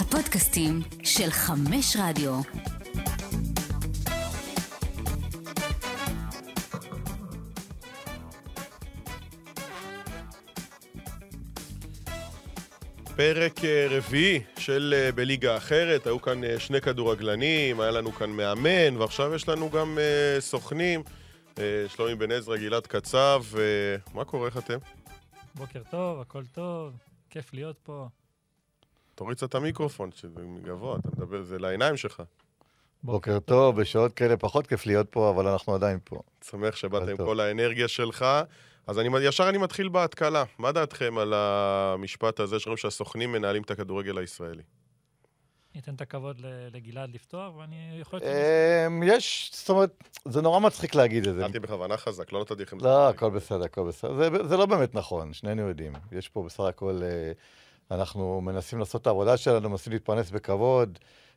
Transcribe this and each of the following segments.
הפודקאסטים של 5 רדיו. פרק רביעי של בליגה אחרת, היו כאן שני כדורגלנים, היה לנו כאן מאמן, ועכשיו יש לנו גם סוכנים, שלומי בן עזרא, גלעד קצב, מה קורה, איך אתם? בוקר טוב, הכל טוב, כיף להיות פה. תוריץ את המיקרופון, שזה גבוה, אתה מדבר, זה לעיניים שלך. בוקר טוב, בשעות כאלה פחות כיף להיות פה, אבל אנחנו עדיין פה. שמח שבאת עם כל האנרגיה שלך. אז ישר אני מתחיל בהתקלה. מה דעתכם על המשפט הזה שרואים שהסוכנים מנהלים את הכדורגל הישראלי? ניתן את הכבוד לגלעד לפתוח, ואני יכול... יש, זאת אומרת, זה נורא מצחיק להגיד את זה. נתתי בכוונה חזק, לא נתתי לכם... לא, הכל בסדר, הכל בסדר. זה לא באמת נכון, שנינו יודעים. יש פה בסך הכל, אנחנו מנסים לעשות את העבודה שלנו, מנסים להתפרנס בכבוד.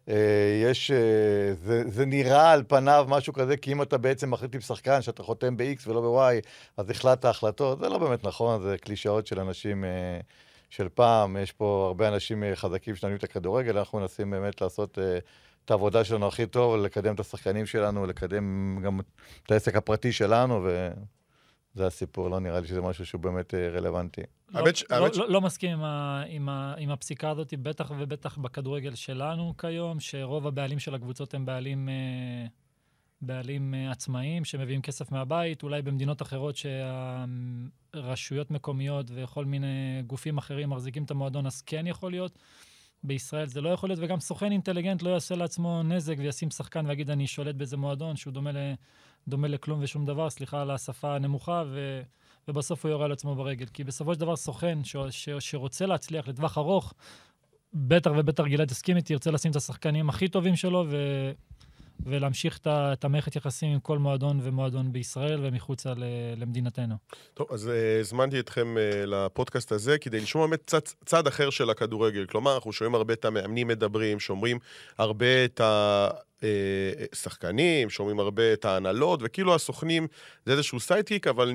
זה נראה על פניו משהו כזה, כי אם אתה בעצם מחליט עם שחקן שאתה חותם ב-X ולא ב-Y, אז החלטת ההחלטות. זה לא באמת נכון, זה קלישאות של אנשים של פעם. יש פה הרבה אנשים חזקים שנענים את הכדורגל, אנחנו מנסים באמת לעשות את העבודה שלנו הכי טוב, לקדם את השחקנים שלנו, לקדם גם את העסק הפרטי שלנו, וזה הסיפור. לא נראה לי שזה משהו שהוא באמת רלוונטי. לא מסכים עם הפסיקה הזאת, בטח ובטח בכדורגל שלנו כיום, שרוב הבעלים של הקבוצות הם בעלים עצמאיים, שמביאים כסף מהבית, אולי במדינות אחרות שהרשויות מקומיות וכל מיני גופים אחרים מחזיקים את המועדון, אז כן יכול להיות. בישראל זה לא יכול להיות, וגם סוכן אינטליגנט לא יעשה לעצמו נזק וישים שחקן ויגיד אני שולט באיזה מועדון, שהוא דומה לכלום ושום דבר, סליחה על השפה הנמוכה, ובסוף הוא יורה על עצמו ברגל. כי בסופו של דבר סוכן שרוצה להצליח לטווח ארוך, בטח ובטח גלעד הסכים איתי, ירצה לשים את השחקנים הכי טובים שלו, ולהמשיך את המערכת יחסים עם כל מועדון ומועדון בישראל ומחוץ למדינתנו. טוב, אז הזמנתי אתכם לפודקאסט הזה כדי לשמוע באמת צד אחר של הכדורגל. כלומר, אנחנו שומעים הרבה את המאמנים מדברים, שומעים הרבה את השחקנים, שומעים הרבה את ההנהלות, וכאילו הסוכנים זה איזשהו סיידקיק, אבל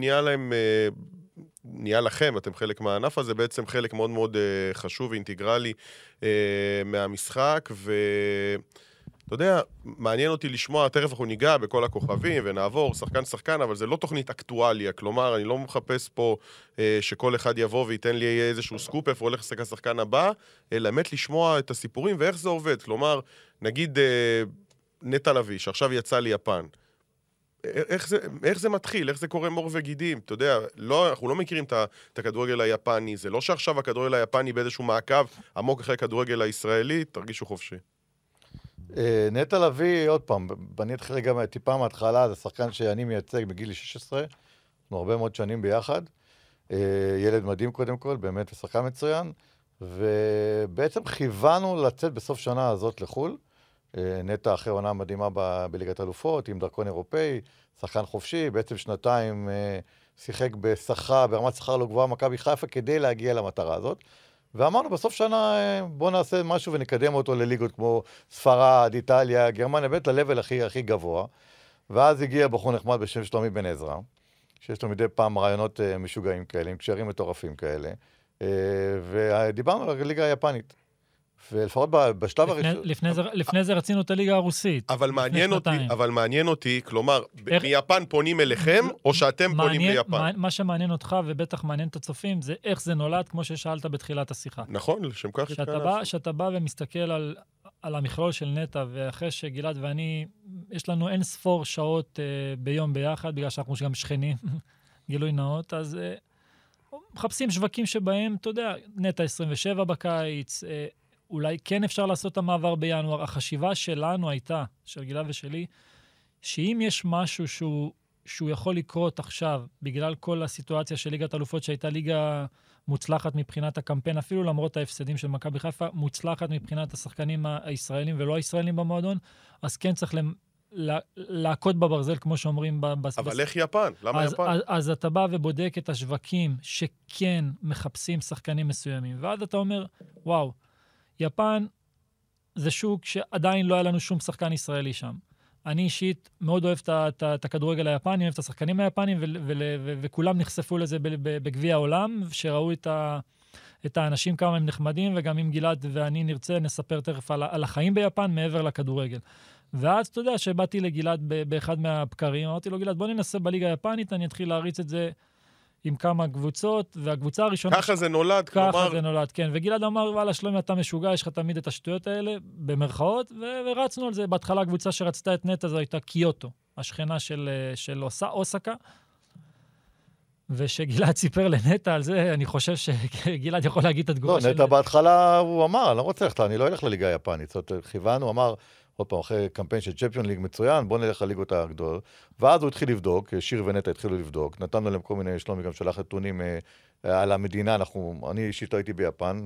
נהיה לכם, אתם חלק מהענף הזה, בעצם חלק מאוד מאוד חשוב ואינטגרלי מהמשחק, אתה יודע, מעניין אותי לשמוע, תכף אנחנו ניגע בכל הכוכבים ונעבור שחקן, אבל זה לא תוכנית אקטואליה, כלומר, אני לא מחפש פה שכל אחד יבוא וייתן לי איזשהו סקופ איפה הולך לשחק השחקן הבא, אלא באמת לשמוע את הסיפורים ואיך זה עובד. כלומר, נגיד נטע לביא, שעכשיו יצא ליפן, איך זה מתחיל? איך זה קורה מור וגידים? אתה יודע, אנחנו לא מכירים את הכדורגל היפני, זה לא שעכשיו הכדורגל היפני באיזשהו מעקב עמוק אחרי הכדורגל הישראלי, תרגישו חופשי. נטע לביא, עוד פעם, אני אתחיל גם טיפה מההתחלה, זה שחקן שאני מייצג בגיל 16, אנחנו הרבה מאוד שנים ביחד, ילד מדהים קודם כל, באמת שחקן מצוין, ובעצם כיוונו לצאת בסוף שנה הזאת לחול, נטע אחרי עונה מדהימה בליגת אלופות, עם דרכון אירופאי, שחקן חופשי, בעצם שנתיים שיחק ברמת שכר לא גבוהה, מכבי חיפה, כדי להגיע למטרה הזאת, ואמרנו, בסוף שנה בוא נעשה משהו ונקדם אותו לליגות כמו ספרד, איטליה, גרמניה, באמת ללבל הכי גבוה. ואז הגיע בחור נחמד בשם שלומי בן עזרא, שיש לו מדי פעם רעיונות משוגעים כאלה, עם קשרים מטורפים כאלה, ודיברנו על הליגה היפנית. ולפחות בשלב הראשון... לפני זה רצינו את הליגה הרוסית. אבל מעניין אותי, כלומר, מיפן פונים אליכם, או שאתם פונים ליפן? מה שמעניין אותך, ובטח מעניין את הצופים, זה איך זה נולד, כמו ששאלת בתחילת השיחה. נכון, לשם כך התכנסנו. שאתה בא ומסתכל על המכלול של נטע, ואחרי שגלעד ואני, יש לנו אין ספור שעות ביום ביחד, בגלל שאנחנו גם שכנים, גילוי נאות, אז מחפשים שווקים שבהם, אתה יודע, נטע 27 בקיץ, אולי כן אפשר לעשות את המעבר בינואר. החשיבה שלנו הייתה, של גלעד ושלי, שאם יש משהו שהוא יכול לקרות עכשיו, בגלל כל הסיטואציה של ליגת אלופות, שהייתה ליגה מוצלחת מבחינת הקמפיין, אפילו למרות ההפסדים של מכבי חיפה, מוצלחת מבחינת השחקנים הישראלים ולא הישראלים במועדון, אז כן צריך להכות בברזל, כמו שאומרים. אבל איך יפן? למה יפן? אז אתה בא ובודק את השווקים שכן מחפשים שחקנים מסוימים, ועד אתה אומר, וואו, יפן זה שוק שעדיין לא היה לנו שום שחקן ישראלי שם. אני אישית מאוד אוהב את הכדורגל היפני, אוהב את השחקנים היפנים, וכולם נחשפו לזה בגביע העולם, שראו את האנשים כמה הם נחמדים, וגם אם גלעד ואני נרצה, נספר תכף על החיים ביפן מעבר לכדורגל. ואז, אתה יודע, שבאתי לגלעד באחד מהבקרים, אמרתי לו, גלעד, בוא ננסה בליגה היפנית, אני אתחיל להריץ את זה עם כמה קבוצות, והקבוצה הראשונה... ככה זה נולד, ככה זה נולד, כן. וגלעד אמר, וואלה, שלומי, אתה משוגע, יש לך תמיד את השטויות האלה, במרכאות, ורצנו על זה. בהתחלה הקבוצה שרצתה את נטע, זו הייתה קיוטו, השכנה של אוסקה, ושגלעד סיפר לנטע על זה, אני חושב שגלעד יכול להגיד את התגובה של... לא, נטע בהתחלה הוא אמר, אני לא רוצה ללכת, אני לא אלך לליגה היפנית. זאת אומרת, כיוונו, אמר, עוד פעם, אחרי קמפיין של צ'מפיון ליג מצוין, בוא נלך לליגות הגדול. ואז הוא התחיל לבדוק, שיר ונטע התחילו לבדוק, נתנו להם כל מיני, שלומי גם שלח נתונים על המדינה, אני אישית הייתי ביפן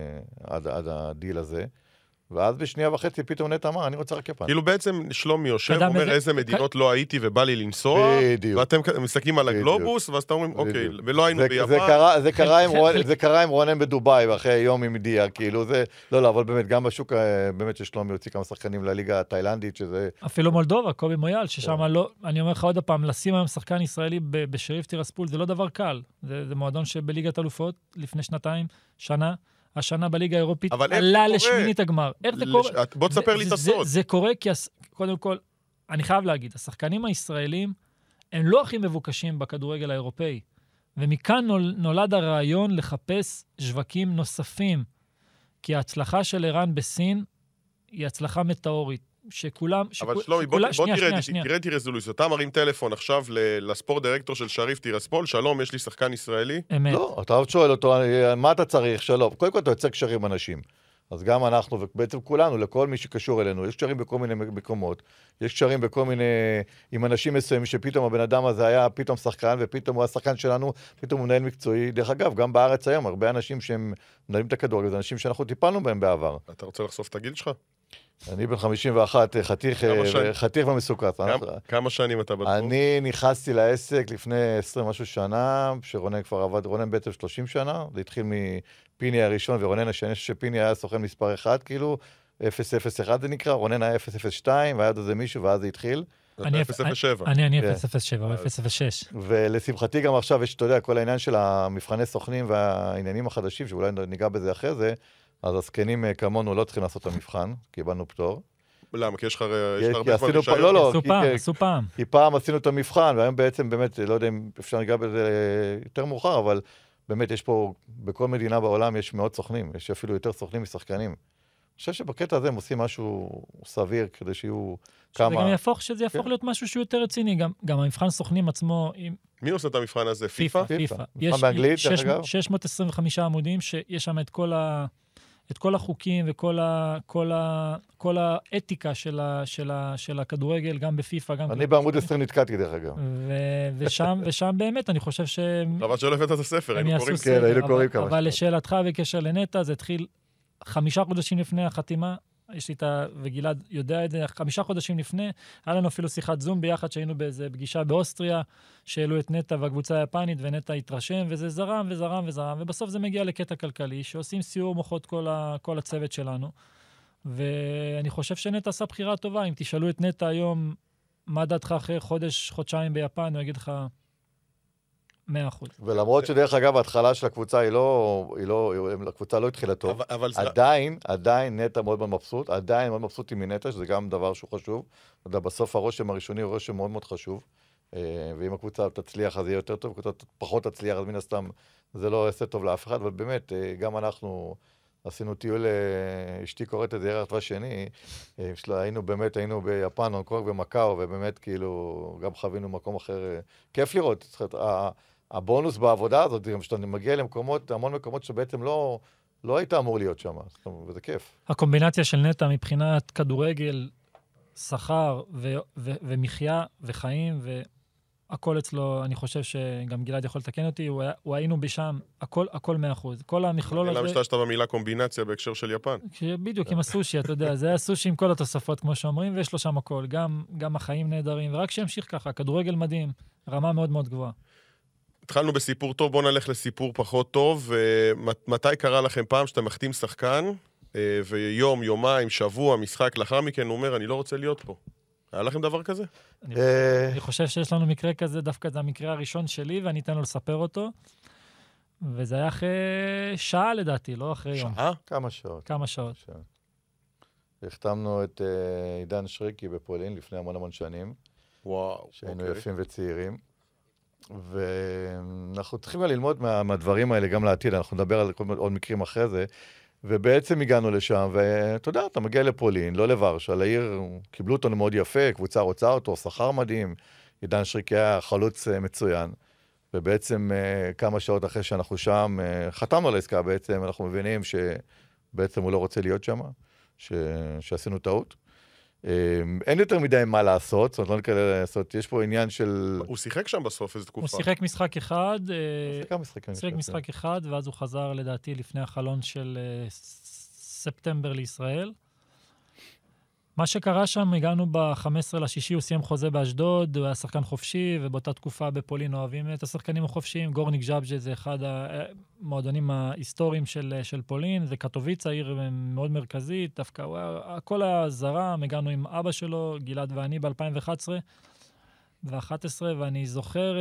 עד הדיל הזה. ואז בשנייה וחצי פתאום נטע אמר, אני רוצה רק יפן. כאילו בעצם שלומי יושב, אומר איזה מדינות לא הייתי ובא לי לנסוע, ואתם מסתכלים על הגלובוס, ואז אתם אומרים, אוקיי, ולא היינו ביפן. זה קרה עם רונן בדוביי, ואחרי יום עם דיה, כאילו זה, לא, אבל באמת, גם בשוק, באמת ששלומי הוציא כמה שחקנים לליגה התאילנדית, שזה... אפילו מולדובה, קובי מויאל, ששם לא, אני אומר לך עוד הפעם, לשים היום שחקן ישראלי בשריף טירספול, זה לא דבר קל. זה מועדון שבליגת אלופות, לפני שנה, השנה בליגה האירופית עלה לשמינית הגמר. איך זה קורה? בוא תספר לי את הסוד. זה קורה כי, קודם כל, אני חייב להגיד, השחקנים הישראלים הם לא הכי מבוקשים בכדורגל האירופאי, ומכאן נולד הרעיון לחפש שווקים נוספים, כי ההצלחה של איראן בסין היא הצלחה מטאורית. שכולם... אבל שלומי, בוא תראה איתי רזולוציה. אתה מרים טלפון עכשיו לספורט דירקטור של שריף טירספול, שלום, יש לי שחקן ישראלי? אמת. לא, אתה עוד שואל אותו, מה אתה צריך? שלום. קודם כל אתה יוצא קשרים עם אנשים. אז גם אנחנו, ובעצם כולנו, לכל מי שקשור אלינו, יש קשרים בכל מיני מקומות, יש קשרים בכל מיני, עם אנשים מסוימים, שפתאום הבן אדם הזה היה פתאום שחקן, ופתאום הוא השחקן שלנו, פתאום הוא מנהל מקצועי. דרך אגב, גם בארץ היום, הרבה אנשים שהם מנהלים את הכדורגל, זה אנשים שאנחנו טיפלנו בהם בעבר. אתה רוצה לחשוף את הגיל שלך? אני בן 51, חתיך ומסוכת. כמה שנים אתה בתחום? אני נכנסתי לעסק לפני 20 משהו שנה, שרונן כבר עבד, רונן בעצם 30 שנה, זה התחיל מפיני הראשון, ורונן השני שפיני היה סוכן מספר 1, כאילו, 001 זה נקרא, רונן היה 002, והיה עוד איזה מישהו, ואז זה התחיל. אני 007. אני 007 או 006. ולשמחתי גם עכשיו יש, אתה יודע, כל העניין של המבחני סוכנים והעניינים החדשים, שאולי ניגע בזה אחרי זה, אז הזקנים כמונו לא צריכים לעשות את המבחן, קיבלנו פטור. למה? כי יש לך הרבה כבר רישיון? לא, עשו פעם. כי פעם עשינו את המבחן, והיום בעצם באמת, לא יודע אם אפשר ניגע בזה יותר מאוחר, אבל באמת יש פה, בכל מדינה בעולם יש מאות סוכנים, יש אפילו יותר סוכנים משחקנים. אני חושב שבקטע הזה הם עושים משהו סביר, כדי שיהיו כמה... שזה יהפוך להיות משהו שהוא יותר רציני, גם המבחן סוכנים עצמו... מי עושה את המבחן הזה? פיפה? פיפה. מבחן באנגלית, דרך אגב? 625 עמודים, שיש שם את כל החוקים וכל האתיקה של הכדורגל, גם בפיפה, גם... אני בעמוד 20 נתקעתי, דרך אגב. ושם באמת, אני חושב ש... אבל שלא הבאת את הספר, היינו קוראים. כן, היינו קוראים כמה. אבל לשאלתך בקשר לנטע, זה התחיל 5 חודשים לפני החתימה, יש לי וגלעד יודע את זה, 5 חודשים לפני, היה לנו אפילו שיחת זום ביחד, שהיינו באיזו פגישה באוסטריה, שהעלו את נטע והקבוצה היפנית, ונטע התרשם, וזה זרם וזרם וזרם, ובסוף זה מגיע לקטע כלכלי, שעושים סיור מוחות כל הצוות שלנו, ואני חושב שנטע עשה בחירה טובה. אם תשאלו את נטע היום, מה דעתך אחרי חודשיים ביפן, הוא יגיד לך 100%. ולמרות שדרך אגב, ההתחלה של הקבוצה הקבוצה לא התחילה טוב, עדיין נטע מאוד מאוד מבסוט, עדיין מאוד מבסוטי מנטע, שזה גם דבר שהוא חשוב. בסוף הרושם הראשוני הוא רושם מאוד מאוד חשוב, ואם הקבוצה תצליח אז יהיה יותר טוב, הקבוצה פחות תצליח, אז מן הסתם זה לא יעשה טוב לאף אחד, אבל באמת, גם אנחנו עשינו טיול, אשתי קוראת את זה ירח והשני, היינו ביפן, הונג קונג ומקאו, ובאמת כאילו גם חווינו מקום אחר, כיף לראות, הבונוס בעבודה הזאת, גם שאתה מגיע למקומות, המון מקומות שבעצם לא היית אמור להיות שם, וזה כיף. הקומבינציה של נטע מבחינת כדורגל, שכר ומחיה וחיים, והכל אצלו, אני חושב שגם גלעד יכול לתקן אותי, הוא היינו בשם, הכל 100%. כל המכלול הזה... למה השתמשת במילה קומבינציה בהקשר של יפן? בדיוק, עם הסושי, אתה יודע, זה הסושי עם כל התוספות, כמו שאומרים, ויש לו שם הכל, גם החיים נהדרים, ורק שימשיך ככה, כדורגל מדהים, רמה מאוד מאוד גבוהה. התחלנו בסיפור טוב, בואו נלך לסיפור פחות טוב. מתי קרה לכם פעם שאתה מחתים שחקן, ויום, יומיים, שבוע, משחק, לאחר מכן הוא אומר, אני לא רוצה להיות פה. היה לכם דבר כזה? אני חושב שיש לנו מקרה כזה, דווקא זה המקרה הראשון שלי, ואני אתן לו לספר אותו. וזה היה אחרי שעה לדעתי, לא אחרי יום. שעה? כמה שעות. כמה שעות. החתמנו את עידן שריקי בפולין לפני המון שנים. וואו. שהיינו יפים וצעירים. ואנחנו צריכים ללמוד מהדברים האלה גם לעתיד, אנחנו נדבר על עוד מקרים אחרי זה, ובעצם הגענו לשם, ואתה יודע, אתה מגיע לפולין, לא לוורשה, לעיר, קיבלו אותנו מאוד יפה, קבוצה רוצה אותו, שכר מדהים, עידן שריקי היה חלוץ מצוין, ובעצם כמה שעות אחרי שאנחנו שם, חתמנו על העסקה בעצם, אנחנו מבינים שבעצם הוא לא רוצה להיות שם, שעשינו טעות. אין יותר מדי מה לעשות, זאת אומרת, לא נקרא לעשות, יש פה עניין של... הוא שיחק שם בסוף איזו תקופה. הוא שיחק משחק אחד, שיחק משחק אחד, ואז הוא חזר לדעתי לפני החלון של ספטמבר לישראל. מה שקרה שם, הגענו ב-15 לשישי, הוא סיים חוזה באשדוד, הוא היה שחקן חופשי, ובאותה תקופה בפולין אוהבים את השחקנים החופשיים. גורניק ז'אבז'ה זה אחד המועדונים ההיסטוריים של פולין, זה קטוביצה, עיר מאוד מרכזית, דווקא הכל היה זרם, הגענו עם אבא שלו, גלעד ואני ב-2011 ו-2011, ואני זוכר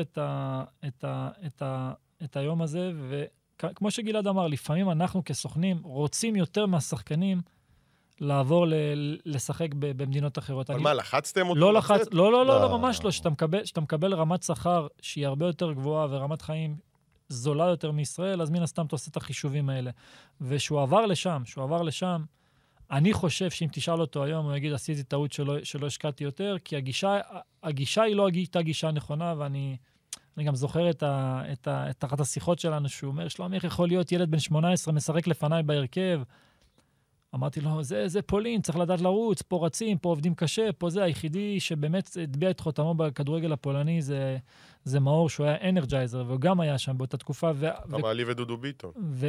את היום הזה, וכמו שגלעד אמר, לפעמים אנחנו כסוכנים רוצים יותר מהשחקנים, לעבור לשחק במדינות אחרות. אבל מה, לחצתם אותו? לא, ממש לא. שאתה מקבל רמת שכר שהיא הרבה יותר גבוהה ורמת חיים זולה יותר מישראל, אז מן הסתם אתה עושה את החישובים האלה. ושהוא עבר לשם, אני חושב שאם תשאל אותו היום, הוא יגיד, עשיתי טעות שלא השקעתי יותר, כי הגישה היא לא הייתה גישה נכונה, ואני גם זוכר את אחת השיחות שלנו, שהוא אומר, שלומי, איך יכול להיות ילד בן 18 משחק לפניי בהרכב, אמרתי לו, זה פולין, צריך לדעת לרוץ, פה רצים, פה עובדים קשה, פה זה היחידי שבאמת הטביע את חותמו בכדורגל הפולני, זה מאור שהוא היה אנרג'ייזר, והוא גם היה שם באותה תקופה. אמר לי ודודו ביטון.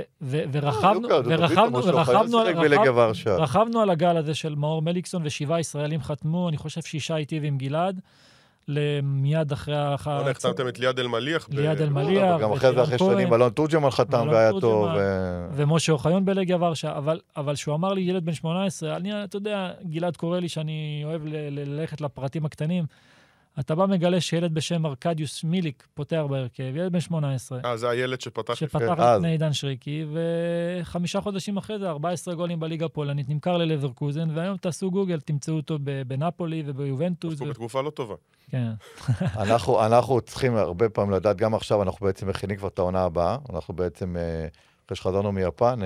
ורחבנו על הגל הזה של מאור מליקסון, ו7 ישראלים חתמו, אני חושב 6 איתי ועם גלעד, מיד אחרי לא נחתמתם את ליעד אלמליח. ליעד אלמליח. גם אחרי שנים, אלון תורג'מן חתם והיה טוב. ומשה אוחיון בלגיה ורשה, אבל שהוא אמר לי, ילד בן 18, אתה יודע, גלעד קורא לי שאני אוהב ללכת לפרטים הקטנים, אתה בא מגלה שילד בשם ארקדיוס מיליק פותח בהרכב, ילד בן 18. זה הילד שפתח לפני עידן שריקי, ו5 חודשים אחרי זה, 14 גולים בליגה הפולנית, נמכר ללברקוזן, והיום תעשו גוגל, תמצאו אותו בנאפולי וביובנטוס. הוא בתקופה לא טובה. כן. אנחנו צריכים הרבה פעמים לדעת, גם עכשיו אנחנו בעצם מכינים כבר את העונה הבאה, אנחנו בעצם, אחרי שחזרנו מיפן,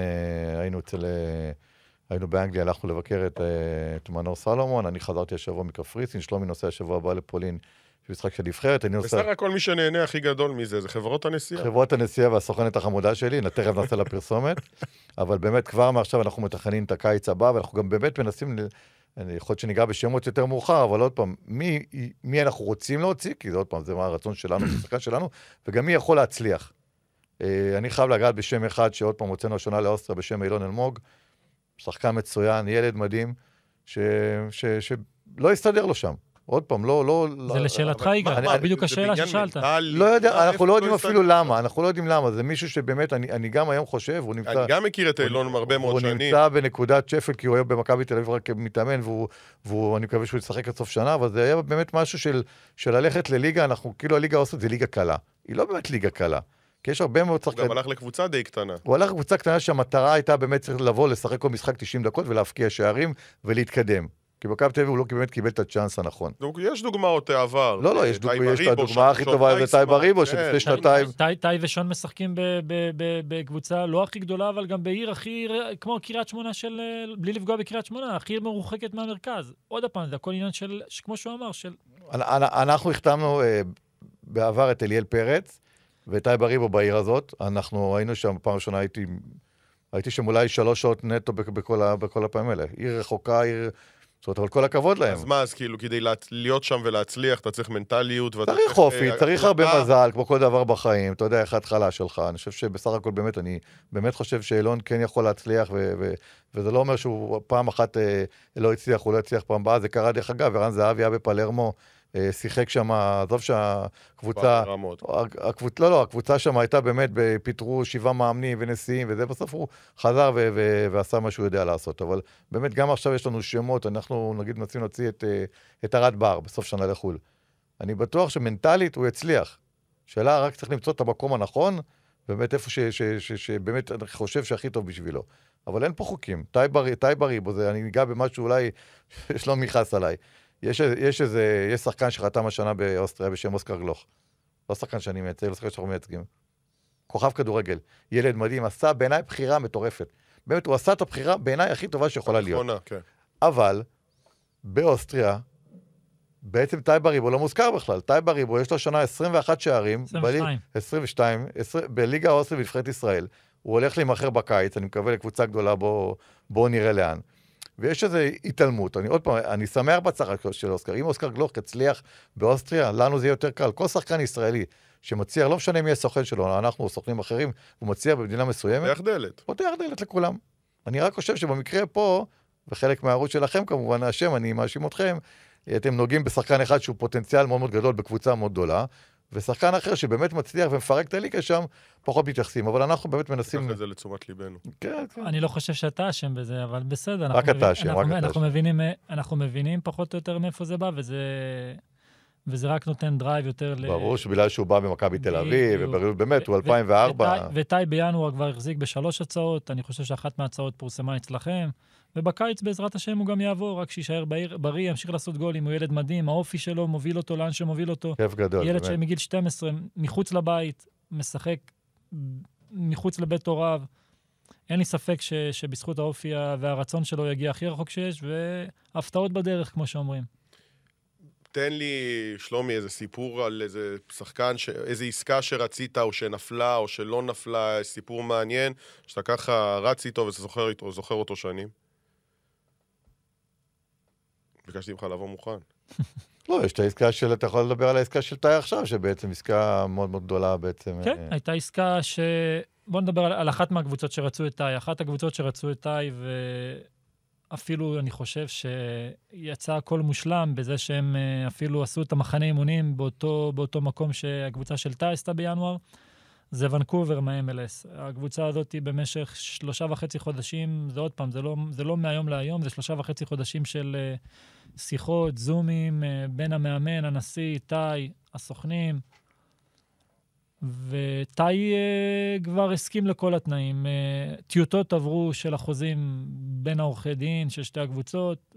היינו באנגליה, הלכנו לבקר את מנור סלומון, אני חזרתי השבוע מקפריסין, שלומי נוסע השבוע הבא לפולין, משחק של נבחרת. בסך הכל מי שנהנה הכי גדול מזה, זה חברות הנסיעה. חברות הנסיעה והסוכנת החמודה שלי, תכף נעשה לה פרסומת, אבל באמת כבר מעכשיו אנחנו מתכננים את הקיץ הבא, ואנחנו גם באמת מנסים, אני יכול שניגע בשמות יותר מאוחר, אבל עוד פעם, מי אנחנו רוצים להוציא, כי זה עוד פעם, זה מה הרצון שלנו, השחקן שלנו, וגם מי יכול להצליח. אני חייב לגעת בשם אחד, שעוד פעם הוצאנו השונה לאוסטריה, בשם אילון אלמוג, שחקן מצוין, ילד מדהים, שלא יסתדר לו שם. עוד פעם, לא... זה לשאלתך, יגאל, בדיוק השאלה ששאלת. לא יודע, אנחנו לא יודעים אפילו למה, אנחנו לא יודעים למה, זה מישהו שבאמת, אני גם היום חושב, הוא נמצא... אני גם מכיר את אילון הרבה מאוד שנים. הוא נמצא בנקודת שפל, כי הוא היה במכבי תל אביב רק מתאמן, ואני מקווה שהוא ישחק עד סוף שנה, אבל זה היה באמת משהו של ללכת לליגה, אנחנו, כאילו הליגה האוסטרית זה ליגה קלה. היא לא באמת ליגה קלה. כי יש הרבה מאוד שחקנים. הוא גם הלך לקבוצה די קטנה. הוא הלך לקבוצה קטנה שהמטרה הייתה באמת צריך לבוא, לשחק כל משחק 90 דקות ולהפקיע שערים ולהתקדם. כי מכבי תל אביב הוא לא באמת קיבל את הצ'אנס הנכון. יש דוגמאות עבר. לא, יש הדוגמה הכי טובה, זה טייב אריבו, שלפני שנתיים... טי ושון משחקים בקבוצה לא הכי גדולה, אבל גם בעיר הכי, כמו קריית שמונה של, בלי לפגוע בקריית שמונה, הכי מרוחקת מהמרכז. עוד הפעם, זה הכל עניין של, כמו שהוא אמר, של... אנחנו החתמנו בעבר את אליאל פרץ, וטייב אריבו בעיר הזאת. אנחנו היינו שם, פעם ראשונה הייתי שם אולי 3 שעות נטו בכל הפעמים האלה. עיר רחוקה, עיר... זאת אומרת, אבל כל הכבוד להם. אז מה, אז כאילו, כדי להיות שם ולהצליח, אתה צריך מנטליות, צריך אופי, צריך הרבה מזל, כמו כל דבר בחיים, אתה יודע, איך ההתחלה שלך. אני חושב שבסך הכל באמת, אני באמת חושב שאילון כן יכול להצליח, וזה לא אומר שהוא פעם אחת לא הצליח, הוא לא הצליח פעם הבאה, זה קרה דרך אגב, ערן זהבי היה בפלרמו, שיחק שם, עזוב שהקבוצה, הקבוצה שם הייתה באמת, פיתרו 7 מאמנים ונשיאים, וזה בסוף הוא חזר ועשה מה שהוא יודע לעשות, אבל באמת גם עכשיו יש לנו שמות, אנחנו נגיד מנסים להוציא את ארד בר בסוף שנה לחול. אני בטוח שמנטלית הוא יצליח. שאלה רק צריך למצוא את המקום הנכון, באמת איפה שבאמת אני חושב שהכי טוב בשבילו. אבל אין פה חוקים. טי בריבו, אני ניגע במשהו אולי שלא מיחס עליי. יש שחקן שחתם השנה באוסטריה בשם אוסקר גלוך. לא שחקן שאני מייצג, לא שחקן שאנחנו מייצגים. כוכב כדורגל. ילד מדהים, עשה בעיניי בחירה מטורפת. באמת, הוא עשה את הבחירה בעיניי הכי טובה שיכולה להיות. אבל, באוסטריה, בעצם טי בריבו לא מוזכר בכלל. טי בריבו, יש לו שנה 21 שערים. 22. בליגה האוסטרית בנבחרת ישראל. הוא הולך להימכר בקיץ, אני מקווה לקבוצה גדולה, בואו נראה לאן. ויש איזו התעלמות. עוד פעם, אני שמח בצחק של אוסקר. אם אוסקר גלוך תצליח באוסטריה, לנו זה יהיה יותר קל. כל שחקן ישראלי שמציע, לא משנה מי הסוכן שלו, אנחנו סוכנים אחרים, הוא מציע במדינה מסוימת. פותח דלת. פותח דלת לכולם. אני רק חושב שבמקרה פה, וחלק מהערוץ שלכם כמובן, השם, אני מאשים אתכם, אתם נוגעים בשחקן אחד שהוא פוטנציאל מאוד מאוד גדול בקבוצה מאוד גדולה, ושחקן אחר שבאמת מצליח ומפרק את הליגה שם, פחות מתייחסים, אבל אנחנו באמת מנסים... ניקח את זה לתשומת ליבנו. כן, כן. אני לא חושב שאתה אשם בזה, אבל בסדר. רק אתה אשם, רק אתה אשם. אנחנו מבינים פחות או יותר מאיפה זה בא, וזה רק נותן דרייב יותר ברור שבגלל שהוא בא ממכבי תל אביב, ובאמת, הוא 2004. וטי בינואר כבר החזיק ב3 הצעות, אני חושב שאחת מההצעות פורסמה אצלכם, ובקיץ בעזרת השם הוא גם יעבור, רק שישאר בריא, ימשיך לעשות גולים, הוא ילד מדהים, האופי שלו מוביל אותו לאן שמוביל אותו. כיף גדול. ילד שמגיל 12, מחוץ לבית, משחק מחוץ לבית הוריו. אין לי ספק שבזכות האופי והרצון שלו יגיע הכי רחוק שיש, והפתעות בדרך, כמו שאומרים. תן לי, שלומי, איזה סיפור על איזה שחקן, איזה עסקה שרצית או שנפלה או שלא נפלה, סיפור מעניין, שאתה ככה רץ איתו וזוכר אותו שנים. ביקשתי ממך לבוא מוכן. לא, יש את העסקה אתה יכול לדבר על העסקה של טי עכשיו, שבעצם עסקה מאוד מאוד גדולה בעצם. כן, הייתה עסקה בוא נדבר על אחת מהקבוצות שרצו את טי. אחת הקבוצות שרצו את טי, ואפילו אני חושב שיצא הכל מושלם בזה שהם אפילו עשו את המחנה אימונים באותו מקום שהקבוצה של טי עשתה בינואר. זה ונקובר מה-MLS. הקבוצה הזאת היא במשך 3.5 חודשים, זה עוד פעם, זה לא מהיום להיום, זה 3.5 חודשים של שיחות, זומים, בין המאמן, הנשיא, טי, הסוכנים, וטי כבר הסכים לכל התנאים. טיוטות עברו של החוזים בין העורכי דין של שתי הקבוצות,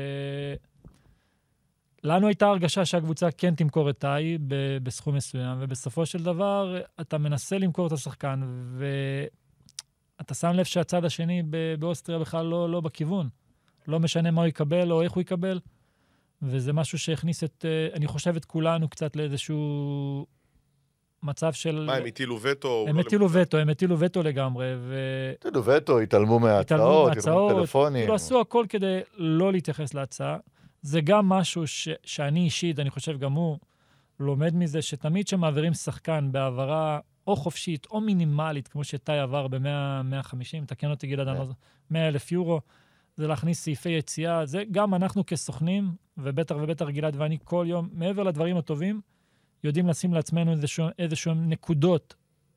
לנו הייתה הרגשה שהקבוצה כן תמכור את טי בסכום מסוים, ובסופו של דבר אתה מנסה למכור את השחקן, ואתה שם לב שהצד השני באוסטריה בכלל לא בכיוון. לא משנה מה הוא יקבל או איך הוא יקבל, וזה משהו שהכניס אני חושב את כולנו קצת לאיזשהו מצב של... מה, הם הטילו וטו? הם הטילו וטו לגמרי, הטילו וטו, התעלמו מההצעות, התעלמו טלפונים. עשו הכל כדי לא להתייחס להצעה. זה גם משהו שאני אישית, אני חושב גם הוא, לומד מזה שתמיד שמעבירים שחקן בעברה או חופשית או מינימלית, כמו שטי עבר ב-150, תקן אותי גלעד, 100,000 יורו, זה להכניס סעיפי יציאה. זה גם אנחנו כסוכנים, ובטח גלעד ואני כל יום, מעבר לדברים הטובים, יודעים לשים לעצמנו איזשהו נקודות,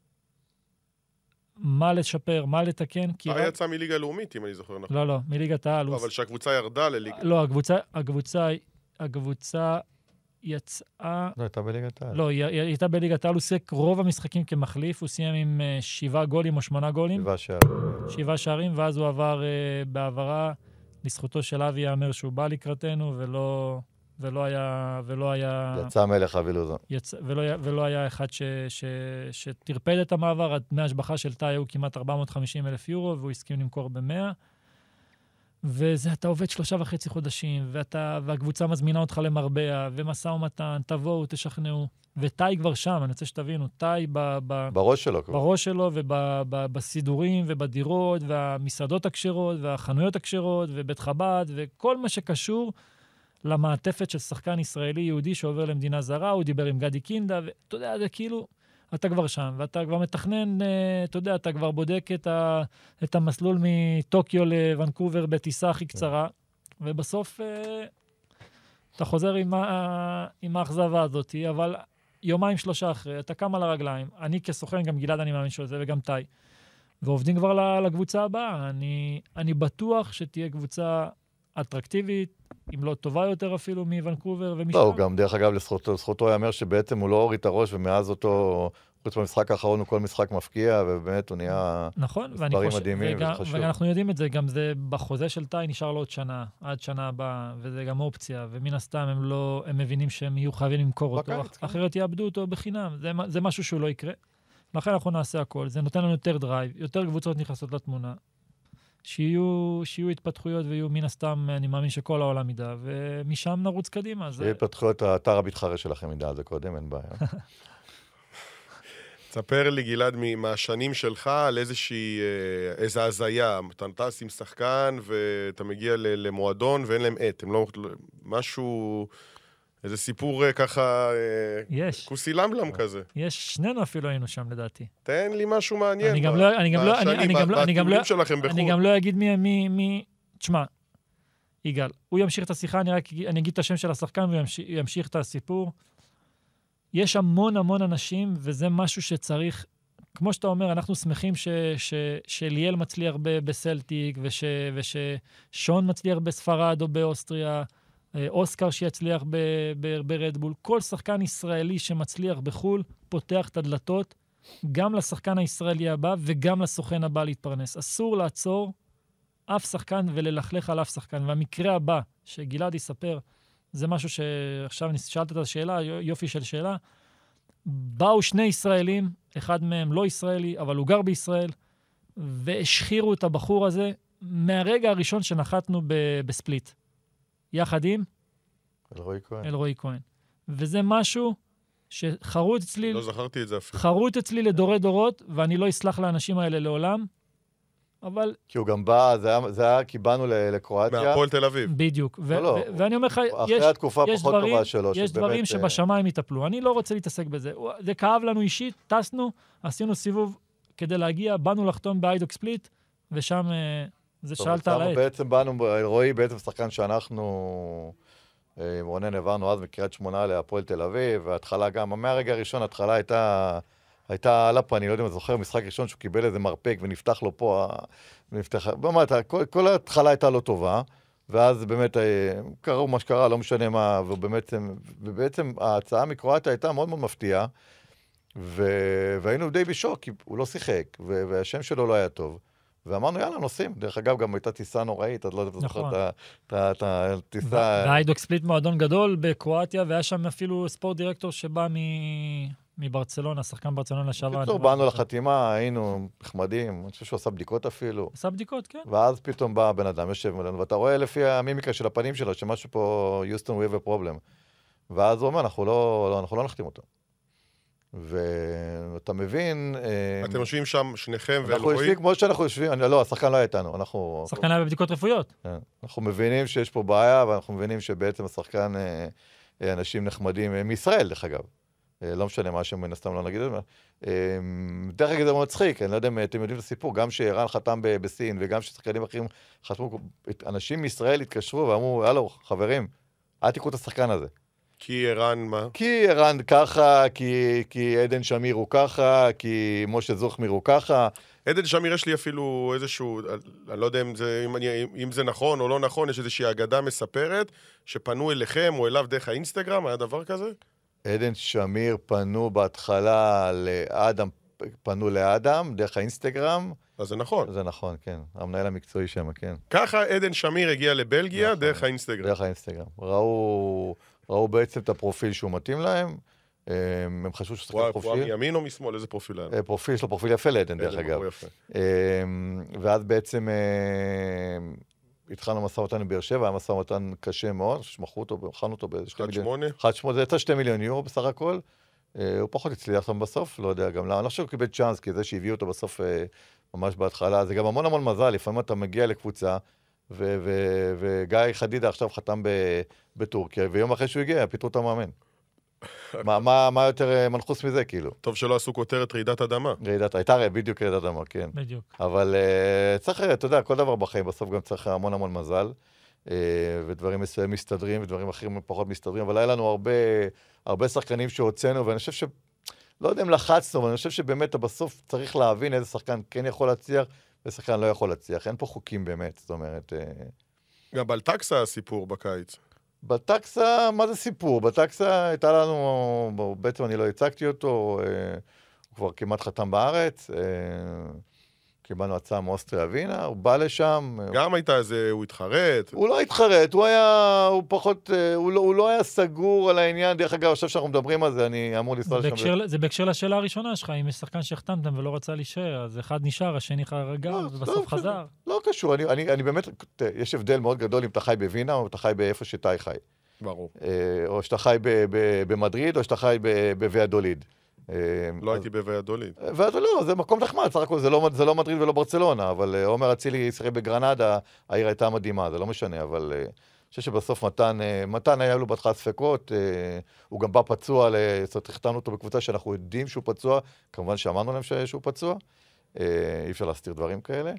מה לשפר, מה לתקן. יצא מליגה לאומית, אם אני זוכר נכון. לא, מליגת העל. אבל שהקבוצה ירדה לליגה. לא, הקבוצה יצאה... לא, הייתה בליגת העל. לא, היא הייתה בליגת העל, הוא שיחק רוב המשחקים כמחליף, הוא סיים עם 7 גולים או 8 גולים. 7 שערים, ואז הוא עבר בעברה, לזכותו של אבי יאמר שהוא בא לקראתנו, ולא היה... יצא מלך אבי לוזון. ולא היה אחד שתרפד את המעבר, מהשבחה של טי הוא כמעט 450,000 יורו, והוא הסכים למכור ב100. וזה, אתה עובד 3.5 חודשים, והקבוצה מזמינה אותך למרבע, ומסע ומתן, תבואו, תשכנעו. וטי כבר שם, אני רוצה שתבינו, טי בראש שלו. בראש שלו, ובסידורים, ובדירות, והמסעדות הקשרות, והחנויות הקשרות, ובית חב"ד, וכל מה שקשור למעטפת של שחקן ישראלי יהודי שעובר למדינה זרה, הוא דיבר עם גדי קינדה, ואתה יודע, זה כאילו, אתה כבר שם, ואתה כבר מתכנן, אתה יודע, אתה כבר בודק את המסלול מטוקיו לוונקובר בטיסה הכי קצרה, ובסוף אתה חוזר עם האכזבה הזאת, אבל 2-3 אחרי, אתה קם על הרגליים, אני כסוכן, גם גלעד אני מאמין שזה, וגם טי, ועובדים כבר לקבוצה הבאה. אני בטוח שתהיה קבוצה אטרקטיבית, אם לא טובה יותר אפילו מוונקובר ומשם. לא, הוא גם דרך אגב לזכותו יאמר שבעצם הוא לא הוריד את הראש, ומאז אותו חוץ במשחק האחרון הוא כל משחק מפקיע, ובאמת הוא נהיה נכון, מספרים מדהימים, וזה חשוב. ואנחנו יודעים את זה, גם זה בחוזה של טי נשאר לו עוד שנה, עד שנה הבאה, וזה גם אופציה, ומן הסתם הם מבינים שהם יהיו חייבים למכור אותו, אחרת יאבדו אותו בחינם, זה משהו שהוא לא יקרה. לכן אנחנו נעשה הכל, זה נותן לנו יותר דרייב, יותר קבוצות נכנסות לתמונה, שיהיו התפתחויות ויהיו מן הסתם, אני מאמין שכל העולם ידע, ומשם נרוץ קדימה. שיהיה התפתחויות, האתר המתחרה שלכם ידע על זה קודם, אין בעיה. תספר לי, גלעד, מהשנים שלך על איזו הזיה. אתה טס עם שחקן ואתה מגיע למועדון ואין להם עת. הם לא... משהו... איזה סיפור ככה... יש. כוסי למלם כזה. יש, שנינו אפילו היינו שם לדעתי. תן לי משהו מעניין. אני גם לא אגיד מי... תשמע, יגאל, הוא ימשיך את השיחה, אני אגיד את השם של השחקן והוא ימשיך את הסיפור. יש המון אנשים, וזה משהו שצריך, כמו שאתה אומר, אנחנו שמחים שליאל מצליח בסלטיק, וששון מצליח בספרד או באוסטריה, אוסקר שיצליח ברדבול. כל שחקן ישראלי שמצליח בחול, פותח את הדלתות, גם לשחקן הישראלי הבא, וגם לסוכן הבא להתפרנס. אסור לעצור אף שחקן וללכלך על אף שחקן. והמקרה הבא שגלעד יספר, זה משהו שעכשיו שאלת את השאלה, יופי של שאלה. באו שני ישראלים, אחד מהם לא ישראלי, אבל הוא גר בישראל, והשחירו את הבחור הזה מהרגע הראשון שנחתנו בספליט. יחד עם? אלרועי כהן. וזה משהו שחרוט אצלי... לא זכרתי את זה אפילו. חרוט אצלי לדורי דורות, ואני לא אסלח לאנשים האלה לעולם, אבל... כי הוא גם בא, זה היה כי באנו לקרואטיה. מהפועל תל אביב. בדיוק. ואני אומר לך, אחרי התקופה פחות טובה שלו. יש דברים שבשמיים יטפלו. אני לא רוצה להתעסק בזה. זה כאב לנו אישית, טסנו, עשינו סיבוב כדי להגיע, באנו לחתום באיידוק ספליט, ושם זה שאלת על העת. בעצם באנו, רועי בעצם שחקן שאנחנו, רונן עברנו אז מקריית שמונה להפועל תל אביב, וההתחלה גם, מהרגע הראשון ההתחלה הייתה על הפנים, לא יודע אם אני זוכר, משחק ראשון שהוא קיבל איזה מרפק ונפתח לו פה, באמת, כל ההתחלה הייתה לא טובה, ואז באמת קראו מה שקרה, לא משנה מה, ובעצם ההצעה מקרואטיה הייתה מאוד מאוד מפתיעה, והיינו די בשוק, כי הוא לא שיחק, והשם שלו לא היה טוב. ואמרנו, יאללה, נוסעים. דרך אגב, גם הייתה טיסה נוראית, את לא יודעת זוכרת את הטיסה... והאיידוק ספליט מועדון גדול בקרואטיה, והיה שם אפילו ספורט דירקטור שבא מברצלונה, שחקן ברצלונה לשעבר. בקיצור, באנו לחתימה, היינו נחמדים, אני חושב שהוא עשה בדיקות אפילו. עשה בדיקות, כן. ואז פתאום בא בן אדם, יושב מולנו, ואתה רואה לפי המימיקה של הפנים שלו, שמשהו פה, יוסטון, we have a problem. ואז הוא אומר, אנחנו לא נחתים אותו. ואתה מבין... אתם יושבים שם שניכם אנחנו יושבים כמו שאנחנו יושבים, לא, השחקן לא היה איתנו, השחקן היה בבדיקות רפואיות. אנחנו מבינים שיש פה בעיה, ואנחנו מבינים שבעצם השחקן, אנשים נחמדים, מישראל דרך אגב, לא משנה מה שמן הסתם לא נגיד את זה, דרך אגב זה מאוד צחיק, אני לא יודע אם אתם יודעים את הסיפור, גם שאיראן חתם בסין, וגם ששחקנים אחרים חתמו, אנשים מישראל התקשרו ואמרו, הלו, חברים, אל תיקחו את השחקן הזה. כי איראן מה? כי איראן ככה, כי עדן שמיר הוא ככה, כי משה זוכמיר הוא ככה. עדן שמיר יש לי אפילו איזשהו, אני לא יודע אם זה נכון או לא נכון, יש איזושהי אגדה מספרת, שפנו אליכם או אליו דרך האינסטגרם, היה דבר כזה? עדן שמיר פנו בהתחלה לאדם, פנו לאדם דרך האינסטגרם. אז זה נכון. זה נכון, כן. המנהל המקצועי שם, כן. ככה עדן שמיר הגיע לבלגיה דרך האינסטגרם. דרך האינסטגרם. ראו בעצם את הפרופיל שהוא מתאים להם, הם חשבו שהוא שחקן חופשי. הוא מימין או משמאל? איזה פרופיל היה? פרופיל, יש לו פרופיל יפה לעדן, דרך אגב. ואז בעצם התחלנו מסע אותנו בבאר שבע, היה מסע אותנו קשה מאוד, שמכרו אותו, בחרנו אותו ב-2 מיליון. 1.8? זה יצא 2 מיליון יורו בסך הכל. הוא פחות הצליח שם בסוף, לא יודע גם למה. אני חושב שהוא קיבל צ'אנס, כי זה שהביאו אותו בסוף ממש בהתחלה. זה גם המון מזל, לפעמים אתה מגיע לקבוצה, וגיא חדידה עכשיו חתם בטורקיה, ויום אחרי שהוא הגיע, פיטרו את המאמן. מה יותר מנחוס מזה, כאילו? טוב שלא עשו כותרת רעידת אדמה. הייתה בדיוק רעידת אדמה, כן. בדיוק. אבל צריך, אתה יודע, כל דבר בחיים, בסוף גם צריך המון מזל, ודברים מסוימים מסתדרים, ודברים אחרים פחות מסתדרים, אבל היה לנו הרבה שחקנים שהוצאנו, ואני חושב לא יודע אם לחצנו, אבל אני חושב שבאמת בסוף צריך להבין איזה שחקן כן יכול להצליח, ושחקן לא יכול להצליח. אין פה חוקים באמת, זאת אומרת... גם בלטקסה הסיפור בקיץ. בלטקסה, מה זה סיפור? בלטקסה הייתה לנו, בעצם אני לא הצגתי אותו, הוא כבר כמעט חתם בארץ, קיבלנו הצעה מאוסטריה ווינה, הוא בא לשם. גם הייתה איזה, הוא התחרט. הוא לא התחרט, הוא פחות, הוא לא היה סגור על העניין. דרך אגב, עכשיו שאנחנו מדברים על זה, אני אמור לנסוע לשם. זה בהקשר לשאלה הראשונה שלך, אם יש שחקן שהחתמתם ולא רצה להישאר, אז אחד נשאר, השני רגע, ובסוף חזר. לא קשור, אני באמת, יש הבדל מאוד גדול אם אתה חי בווינה, או אתה חי באיפה שטי חי. ברור. או שאתה חי במדריד, או שאתה חי בוויאדוליד. לא הייתי בוויאדוליד. לא, זה מקום נחמד, סך הכל זה לא מדריד ולא ברצלונה, אבל עומר אצילי ישראל בגרנדה, העיר הייתה מדהימה, זה לא משנה, אבל אני חושב שבסוף מתן היה לו בהתחלה ספקות, הוא גם בא פצוע, החתמנו אותו בקבוצה שאנחנו יודעים שהוא פצוע, כמובן שאמרנו להם שהוא פצוע, אי אפשר להסתיר דברים כאלה,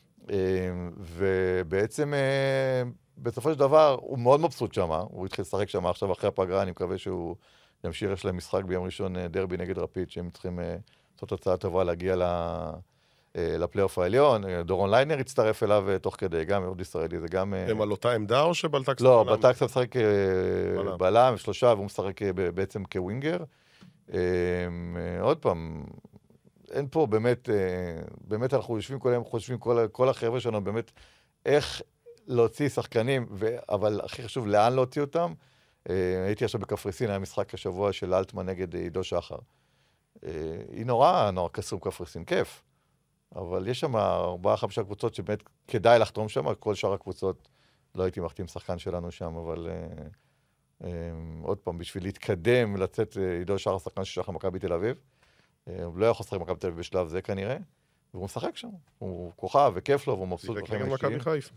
ובעצם בסופו של דבר הוא מאוד מבסוט שם, הוא התחיל לשחק שם עכשיו אחרי הפגרה, אני מקווה שהוא ימשיך, יש להם משחק ביום ראשון דרבי נגד רפיד, שהם צריכים לעשות הצעה טובה להגיע לפלייאוף העליון. דורון ליינר הצטרף אליו תוך כדי, גם מאוד ישראלי, זה גם... הם על אותה עמדה או שבלטקס? לא, בלטקס משחק בלם, שלושה, והוא משחק בעצם כווינגר. עוד פעם, אין פה באמת אנחנו יושבים כל היום, חושבים כל החבר'ה שלנו, באמת איך להוציא שחקנים, אבל הכי חשוב, לאן להוציא אותם. הייתי עכשיו בקפריסין, היה משחק השבוע של אלטמן נגד עידו שחר. היא נורא קסום קפריסין, כיף. אבל יש שם 4-5 קבוצות שבאמת כדאי לחתום שם, כל שאר הקבוצות לא הייתי מחתים שחקן שלנו שם, אבל עוד פעם, בשביל להתקדם, לצאת עידו שחר שחקן ששלח למכבי תל אביב, הוא לא יכול לשחק במכבי תל אביב בשלב זה כנראה, והוא משחק שם. הוא כוכב וכיף לו, והוא מבסוט בחיים האישיים. מכבי חיפה.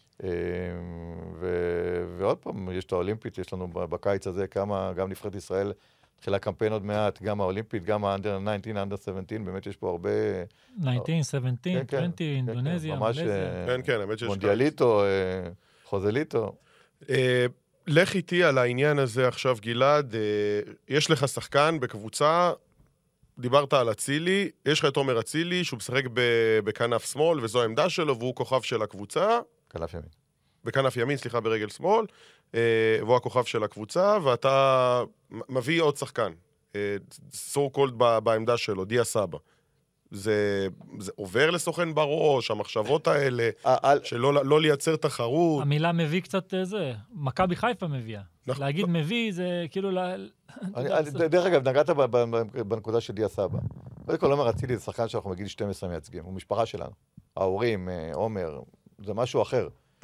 ועוד פעם, יש את האולימפית, יש לנו בקיץ הזה גם נבחרת ישראל, תחילה קמפיין עוד מעט, גם האולימפית, גם האנדר 19, אנדר 17, באמת יש פה הרבה... 19, 17, 20, אינדונזיה, מלזיה. כן, האמת שיש... מונדיאליטו, חוזליטו. לך איתי על העניין הזה עכשיו, גלעד. יש לך שחקן בקבוצה, דיברת על אצילי, יש לך את עומר אצילי, שהוא משחק בכנף שמאל, וזו העמדה שלו, והוא כוכב של הקבוצה. כנף ימין. בכנף ימין, סליחה, ברגל שמאל, והוא הכוכב של הקבוצה, ואתה מביא עוד שחקן, so called בעמדה שלו, דיה סבא. זה עובר לסוכן בראש, המחשבות האלה, שלא לייצר תחרות. המילה מביא קצת זה, מכבי חיפה מביאה. להגיד מביא זה כאילו... דרך אגב, נגעת בנקודה של דיה סבא. קודם כל, עומר אצילי זה שחקן שאנחנו מגיל 12 מייצגים, הוא משפחה שלנו. ההורים, עומר, זה משהו אחר.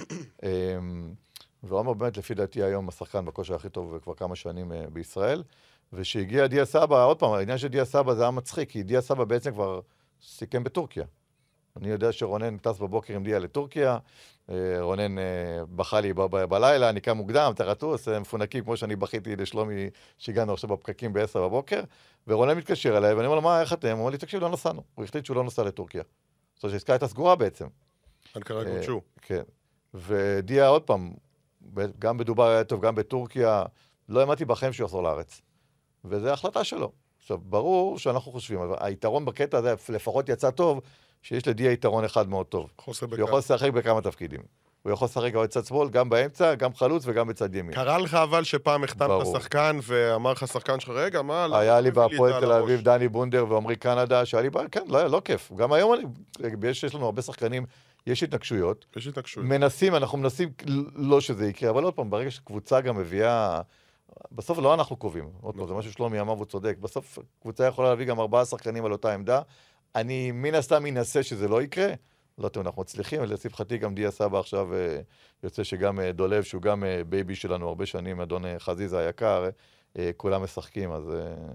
ועומר באמת לפי דעתי היום השחקן בכושר הכי טוב כבר כמה שנים בישראל, ושהגיע דיה סבא, עוד פעם, העניין של דיה סבא זה היה מצחיק, כי דיה סבא בעצם כבר סיכם בטורקיה. אני יודע שרונן טס בבוקר עם דיה לטורקיה, רונן בכה לי בלילה, אני קם מוקדם, תרטוס, מפונקים כמו שאני בכיתי לשלומי שהגענו עכשיו בפקקים ב-10 בבוקר, ורונן מתקשר אליי, ואני אומר לו, מה, איך אתם? הוא אומר לי, תקשיב, לא נסענו. הוא החליט שהוא לא נוסע לטורקיה. זאת אומרת שהעסקה הייתה סגורה בעצם. אנקרה גורשו. כן. ודיה עוד פעם, גם בדובר היה טוב, גם בטורקיה, לא האמנתי בחיים שהוא יחזור לארץ. וזו ההחלטה שלו. עכשיו, ברור שאנחנו חושבים, אבל היתרון בקטע הזה לפחות יצא טוב, שיש לדיה יתרון אחד מאוד טוב. הוא יכול לשחק בכמה תפקידים. הוא יכול לשחק גם בצד שמאל, גם באמצע, גם חלוץ וגם בצד ימין. קרה לך אבל שפעם החתמת שחקן ואמר לך שחקן שלך, רגע, מה? היה לי בהפועל תל אביב דני בונדר ועמרי קנדה, שהיה לי, כן, לא כיף. גם היום יש לנו הרבה שחקנים, יש התנגשויות. אנחנו מנסים לא שזה יקרה, אבל עוד פעם, ברגע שקבוצה גם מביאה, בסוף לא אנחנו קובעים. עוד פעם, זה משהו שלומי אמר והוא צודק. בסוף קבוצה יכולה להביא גם 4 שחקנים על אותה עמדה. אני מן הסתם אנסה שזה לא יקרה. לא טוב, אנחנו מצליחים, ולשמחתי גם דיה סבא עכשיו יוצא שגם דולב, שהוא גם בייבי שלנו הרבה שנים, אדון חזיזה היקר, כולם משחקים, אז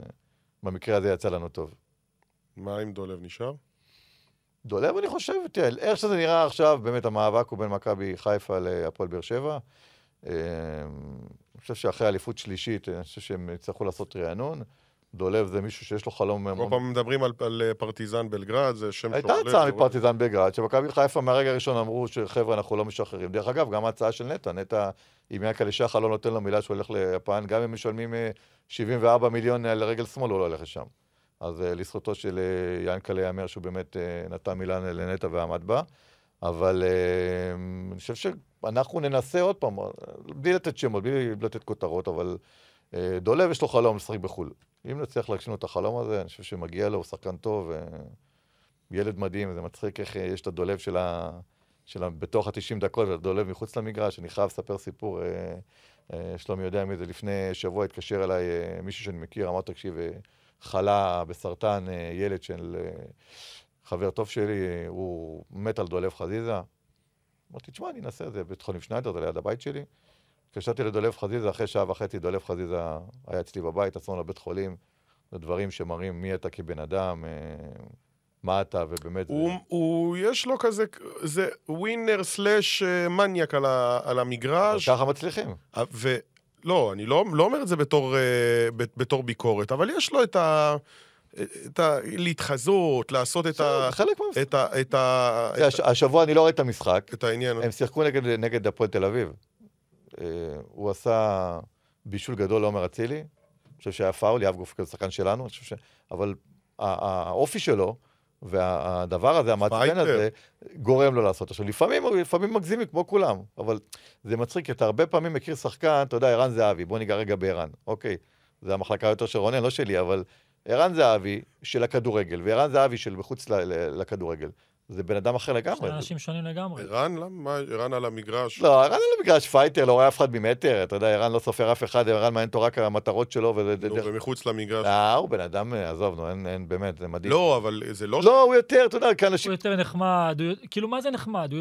במקרה הזה יצא לנו טוב. מה אם דולב נשאר? דולב, אני חושב, תראה, איך שזה נראה עכשיו, באמת המאבק הוא בין מכבי חיפה להפועל באר שבע. אני חושב שאחרי אליפות שלישית, אני חושב שהם יצטרכו לעשות רענון. דולב זה מישהו שיש לו חלום... כל פעם מדברים על פרטיזן בלגרד, זה שם הייתה הצעה מפרטיזן בלגרד, שמכבי חיפה מהרגע הראשון אמרו שחבר'ה אנחנו לא משחררים. דרך אגב, גם ההצעה של נטע, אם ינקה לשחר לא נותן לו מילה שהוא הולך ליפן, גם אם משלמים 74 מיליון לרגל שמאל, הוא לא הולך לשם. אז לזכותו של ינקה ליאמר שהוא באמת נתן מילה לנטע ועמד בה, אבל אני חושב שאנחנו ננסה עוד פעם, בלי לתת שמות, בלי לתת כותרות, אבל דולב יש לו חלום לשחק בחו"ל. אם נצליח להגשים לו את החלום הזה, אני חושב שמגיע לו, הוא שחקן טוב, ילד מדהים, זה מצחיק איך יש את הדולב שלה בתוך ה-90 דקות, והדולב מחוץ למגרש. אני חייב לספר סיפור, שלומי יודע מי זה, לפני שבוע התקשר אליי מישהו שאני מכיר, אמר, תקשיב, חלה בסרטן, ילד של חבר טוב שלי, הוא מת על דולב חזיזה. אמרתי, תשמע, אני אנסה את זה, בית חולים שניידר, זה ליד הבית שלי. התקשרתי לדולב חזיזה, אחרי שעה וחצי דולב חזיזה היה אצלי בבית, עצרנו לבית חולים, זה דברים שמראים מי אתה כבן אדם, מה אתה, ובאמת יש לו כזה, זה ווינר סלש מניאק על המגרש. ככה מצליחים. לא, אני לא אומר את זה בתור ביקורת, אבל יש לו את להתחזות, לעשות את השבוע אני לא רואה את המשחק. את העניין. הם שיחקו נגד הפועל תל אביב. הוא עשה בישול גדול לעומר אצילי. אני חושב שהיה פאול, יאב גוף כזה שחקן שלנו. אבל האופי שלו, והדבר הזה, המעצבן הזה, גורם לו לעשות. עכשיו, לפעמים מגזימים כמו כולם, אבל זה מצחיק, כי אתה הרבה פעמים מכיר שחקן, אתה יודע, ערן זהבי, בוא ניגע רגע בערן. אוקיי, זה המחלקה יותר של רונן, לא שלי, אבל ערן זהבי של הכדורגל, וערן זהבי של מחוץ לכדורגל. זה בן אדם אחר לגמרי. שני אנשים שונים לגמרי. ערן? למה? ערן על המגרש? לא, ערן על המגרש פייטר, לא רואה אף אחד ממטר, אתה יודע, ערן לא סופר אף אחד, ערן מעניין אותו רק המטרות שלו, ומחוץ למגרש. הוא בן אדם, עזוב, נו, אין באמת, זה מדהים. לא, אבל זה לא... לא, הוא יותר, אתה יודע, כאנשים... הוא יותר נחמד, כאילו, מה זה נחמד?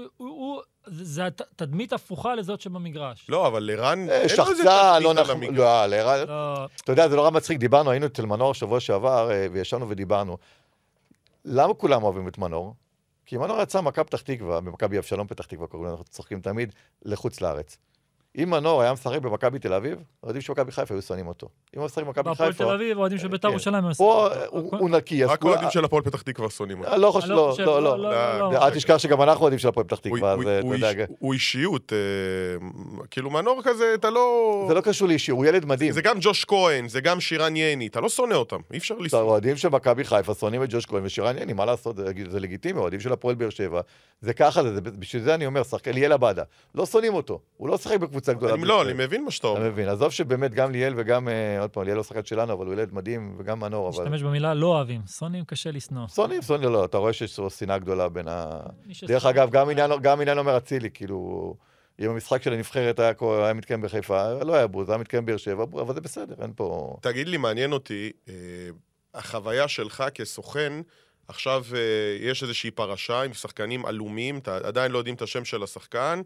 זה תדמית הפוכה לזאת שבמגרש. לא, אבל ערן... שחצה, לא נכון, לא, לערן... אתה יודע, זה נורא מצחיק, דיברנו, היינו אצל מנור שבוע שעבר, וישבנו ודיברנו. למה כולם אוהבים את מנור? כי מנור יצא מכבי פתח תקווה, במכבי אבשלום פתח תקווה, אנחנו צוחקים תמיד, לחוץ לארץ. אם מנור היה משחק במכבי תל אביב, אוהדים של מכבי חיפה היו שונאים אותו. אם הוא משחק במכבי חיפה... בהפועל תל אביב, אוהדים של בית"ר ירושלים. פה הוא נקי. רק אוהדים של הפועל פתח תקווה שונאים אותו. לא חושב, לא. אל תשכח שגם אנחנו אוהדים של הפועל פתח תקווה. הוא אישיות, כאילו מנור כזה, אתה לא... זה לא קשור לאישיות, הוא ילד מדהים. זה גם ג'וש כהן, זה גם שירן יני, אתה לא שונא אותם, אי אפשר לשנוא. אוהדים של מכבי חיפה שונאים את ג'וש כהן ושירן יני, מה לעשות? זה לגיטימי, אוהדים של הפועל באר שבע. זה ככה, בשביל זה אני אומר, ליאל עבדה. לא שונאים אותו. הוא לא שחק בקבוצה גדולה. לא, אני מבין מה שאתה אומר. אני מבין. עזוב שבאמת גם ליאל וגם, עוד פעם, ליאל לא שחקן שלנו, אבל הוא ילד מדהים, וגם מנור. משתמש במילה לא אוהבים. שונאים קשה לשנוא. שונאים, לא. אתה רואה שיש שנאה גדולה בין דרך אגב, גם עניין עומר אצילי, כאילו, אם המשחק של הנבחרת היה מתקיים בחיפה, לא היה בוז, היה מתקיים באר שבע, אבל זה בסדר, אין פה... תגיד לי, מעניין אותי, החוויה שלך כסוכן, עכשיו יש איזושהי פרשה עם שחקנים עלומים, אתה עדיין לא יודעים את השם של השחקן,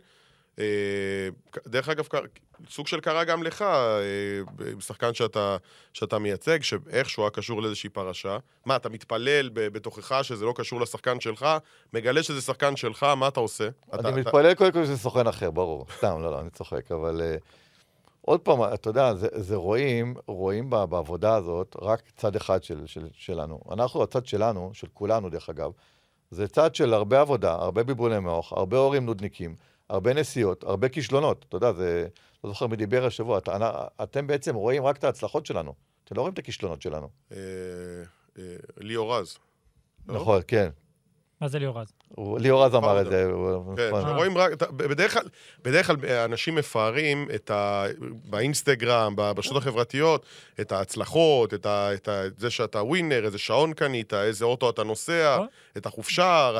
דרך אגב, סוג של קרה גם לך, שחקן שאתה מייצג, שאיכשהו היה קשור לאיזושהי פרשה. מה, אתה מתפלל בתוכך שזה לא קשור לשחקן שלך, מגלה שזה שחקן שלך, מה אתה עושה? אני מתפלל קודם כל שזה סוכן אחר, ברור. סתם, לא, אני צוחק, אבל עוד פעם, אתה יודע, זה רואים בעבודה הזאת רק צד אחד שלנו. אנחנו, הצד שלנו, של כולנו דרך אגב, זה צד של הרבה עבודה, הרבה ביבולי מוח, הרבה הורים נודניקים, הרבה נסיעות, הרבה כישלונות. אתה יודע, זה, לא זוכר מדיבר השבוע, אתם בעצם רואים רק את ההצלחות שלנו. אתם לא רואים את הכישלונות שלנו. ליאור רז. נכון, כן. מה זה ליאור רז? ליאור רז אמר את זה. כן, רואים רק, בדרך כלל אנשים מפארים באינסטגרם, ברשתות החברתיות, את ההצלחות, את זה שאתה ווינר, איזה שעון קנית, איזה אוטו אתה נוסע, את החופשה,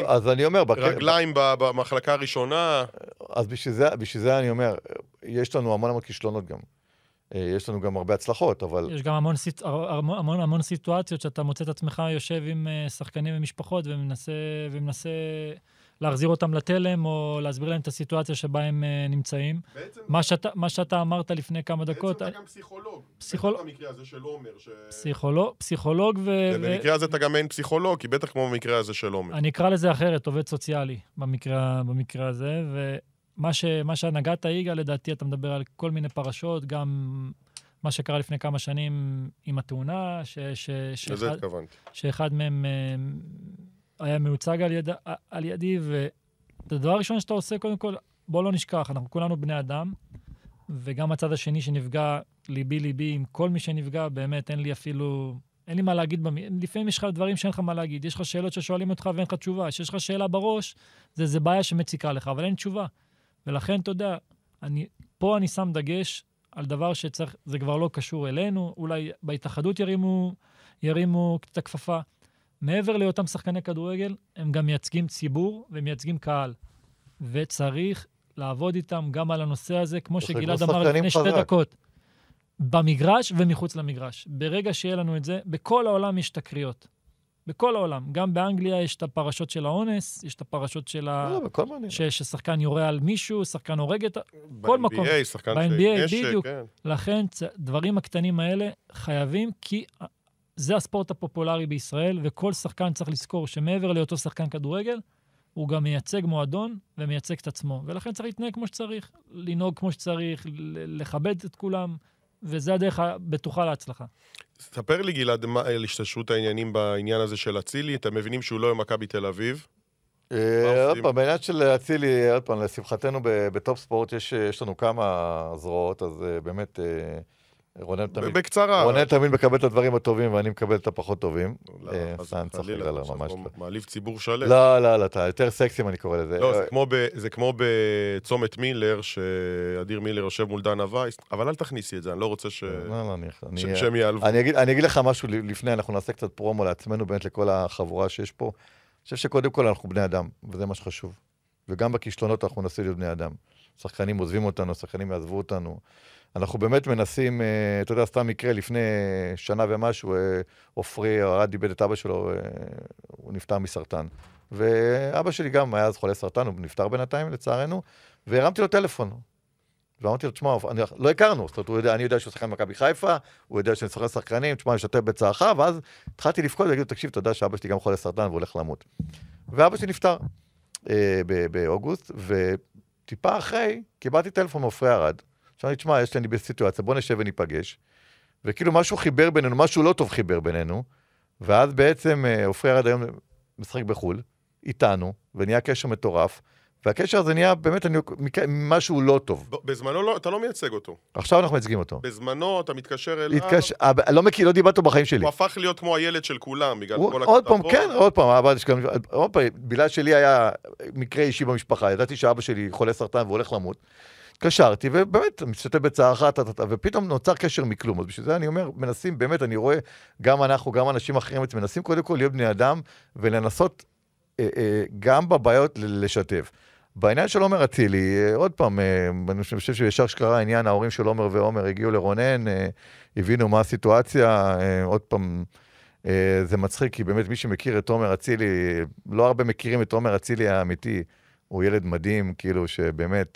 רגליים במחלקה הראשונה. אז בשביל זה אני אומר, יש לנו המון כישלונות גם. יש לנו גם הרבה הצלחות, אבל... יש גם המון סיטואציות שאתה מוצא את עצמך יושב עם שחקנים ומשפחות ומנסה להחזיר אותם לתלם, או להסביר להם את הסיטואציה שבה הם נמצאים. מה שאתה אמרת לפני כמה דקות... בעצם אתה גם פסיכולוג. במקרה הזה של עומר. פסיכולוג במקרה הזה אתה גם אין פסיכולוג, כי בטח כמו במקרה הזה של עומר. אני אקרא לזה אחרת, עובד סוציאלי במקרה הזה, מה שנגעת, יגאל, לדעתי, אתה מדבר על כל מיני פרשות, גם מה שקרה לפני כמה שנים עם התאונה, שאחד מהם היה מיוצג על ידי, והדבר הראשון שאתה עושה, קודם כל, בוא לא נשכח, אנחנו כולנו בני אדם, וגם הצד השני שנפגע, ליבי, עם כל מי שנפגע, באמת אין לי מה להגיד, לפעמים יש לך דברים שאין לך מה להגיד, יש לך שאלות ששואלים אותך ואין לך תשובה, שיש לך שאלה בראש, זה בעיה שמציקה לך, אבל אין תשובה. ולכן, אתה יודע, פה אני שם דגש על דבר שצריך, זה כבר לא קשור אלינו, אולי בהתאחדות ירימו את הכפפה. מעבר לאותם שחקני כדורגל, הם גם מייצגים ציבור ומייצגים קהל. וצריך לעבוד איתם גם על הנושא הזה, כמו שגלעד אמר לפני 2 דקות. במגרש ומחוץ למגרש. ברגע שיהיה לנו את זה, בכל העולם יש תקריות. בכל העולם. גם באנגליה יש את הפרשות של האונס, יש את הפרשות של ששחקן יורה על מישהו, שחקן הורג את... כל מקום. ב-NBA, שחקן ב-NBA, בדיוק. לכן, דברים הקטנים האלה חייבים, כי זה הספורט הפופולרי בישראל, וכל שחקן צריך לזכור שמעבר לאותו שחקן כדורגל, הוא גם מייצג מועדון ומייצג את עצמו. ולכן צריך להתנהג כמו שצריך, לנהוג כמו שצריך, לכבד את כולם, וזה הדרך הבטוחה להצלחה. ספר לי, גלעד, על השתתפות העניינים בעניין הזה של אצילי. אתם מבינים שהוא לא מכבי תל אביב? עוד פעם, בעניין של אצילי, עוד פעם, לשמחתנו בטופ ספורט יש לנו כמה זרועות, אז באמת רונן תמיד מקבל את הדברים הטובים, ואני מקבל את הפחות טובים. מעליב ציבור שלם. לא, אתה יותר סקסים, אני קורא לזה. לא, זה כמו בצומת מילר, שאדיר מילר יושב מול דנה וייס, אבל אל תכניסי את זה, אני לא רוצה שהם יעלבו. אני אגיד לך משהו לפני, אנחנו נעשה קצת פרומו לעצמנו, באמת לכל החבורה שיש פה. אני חושב שקודם כל אנחנו בני אדם, וזה מה שחשוב. וגם בכישלונות אנחנו ננסה להיות בני אדם. שחקנים עוזבים אותנו, שחקנים יעזבו אותנו. אנחנו באמת מנסים, אתה יודע, סתם מקרה, לפני שנה ומשהו, עופרי, הרד איבד את אבא שלו, הוא נפטר מסרטן. ואבא שלי גם היה אז חולה סרטן, הוא נפטר בינתיים, לצערנו, והרמתי לו טלפון. ואמרתי לו, תשמע, לא הכרנו, זאת אומרת, אני יודע שהוא שחקן מכבי חיפה, הוא יודע שאני שחקן שחקנים, תשמע, אני משתתף בצערך, ואז התחלתי לפקוד, והגידו, תקשיב, אתה יודע שאבא שלי גם חולה סרטן, והוא הולך למות. ואבא שלי נפטר באוגוסט, וטיפה אחרי, קיבלתי טלפון מעופרי הרד. עכשיו, תשמע, יש לי בסיטואציה, בוא נשב וניפגש, וכאילו משהו חיבר בינינו, משהו לא טוב חיבר בינינו, ואז בעצם עופרי הרד היום משחק בחול, איתנו, ונהיה קשר מטורף, והקשר הזה נהיה באמת משהו לא טוב. בזמנו אתה לא מייצג אותו. עכשיו אנחנו מייצגים אותו. בזמנו אתה מתקשר אליו. לא דיברתי בחיים שלי. הוא הפך להיות כמו הילד של כולם, בגלל כל הכתבות. עוד פעם, כן, עוד פעם, בגלל שלי היה מקרה אישי במשפחה, ידעתי שאבא שלי חולה סרטן והולך למות. התקשרתי, ובאמת, משתתף בצערך, ופתאום נוצר קשר מכלום. אז בשביל זה אני אומר, מנסים, באמת, אני רואה, גם אנחנו, גם אנשים אחרים, מנסים קודם כל להיות בני אדם, ולנסות גם בבעיות לשתף. בעניין של עומר אצילי, עוד פעם, אני חושב שישר שקרה העניין, ההורים של עומר ועומר הגיעו לרונן, הבינו מה הסיטואציה, עוד פעם, זה מצחיק, כי באמת מי שמכיר את עומר אצילי, לא הרבה מכירים את עומר אצילי האמיתי, הוא ילד מדהים, כאילו שבאמת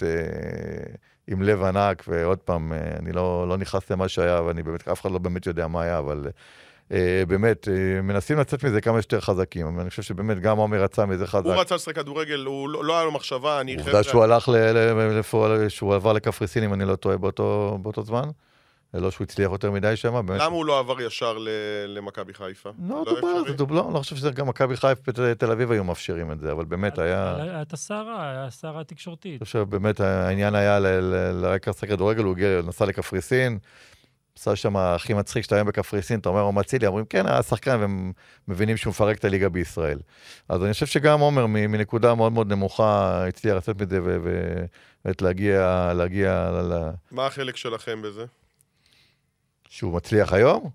עם לב ענק, ועוד פעם, אני לא נכנס למה שהיה, ואני באמת, אף אחד לא באמת יודע מה היה, אבל באמת, מנסים לצאת מזה כמה שיותר חזקים. אני חושב שבאמת גם עומר רצה מזה חזק. הוא רצה לשחק כדורגל, הוא לא היה לו מחשבה, אני עובדה שהוא הלך שהוא עבר לקפריסין, אם אני לא טועה באותו זמן. לא שהוא הצליח יותר מדי שם. למה הוא לא עבר ישר למכבי חיפה? לא חושב שזה גם מכבי חיפה בתל אביב היו מאפשרים את זה, אבל באמת היה... את הסערה התקשורתית. אני חושב שבאמת העניין היה לרקע לשחק כדורגל, הוא נסע לקפריסין, עשה שם הכי מצחיק שאתה היום בקפריסין, אתה אומר, עומר אצילי, אומרים, כן, היה שחקן, והם מבינים שהוא מפרק את הליגה בישראל. אז אני חושב שגם עומר, מנקודה מאוד מאוד נמוכה, הצליח לצאת מזה ולהגיע... מה החלק שלכם בזה? שהוא מצליח היום?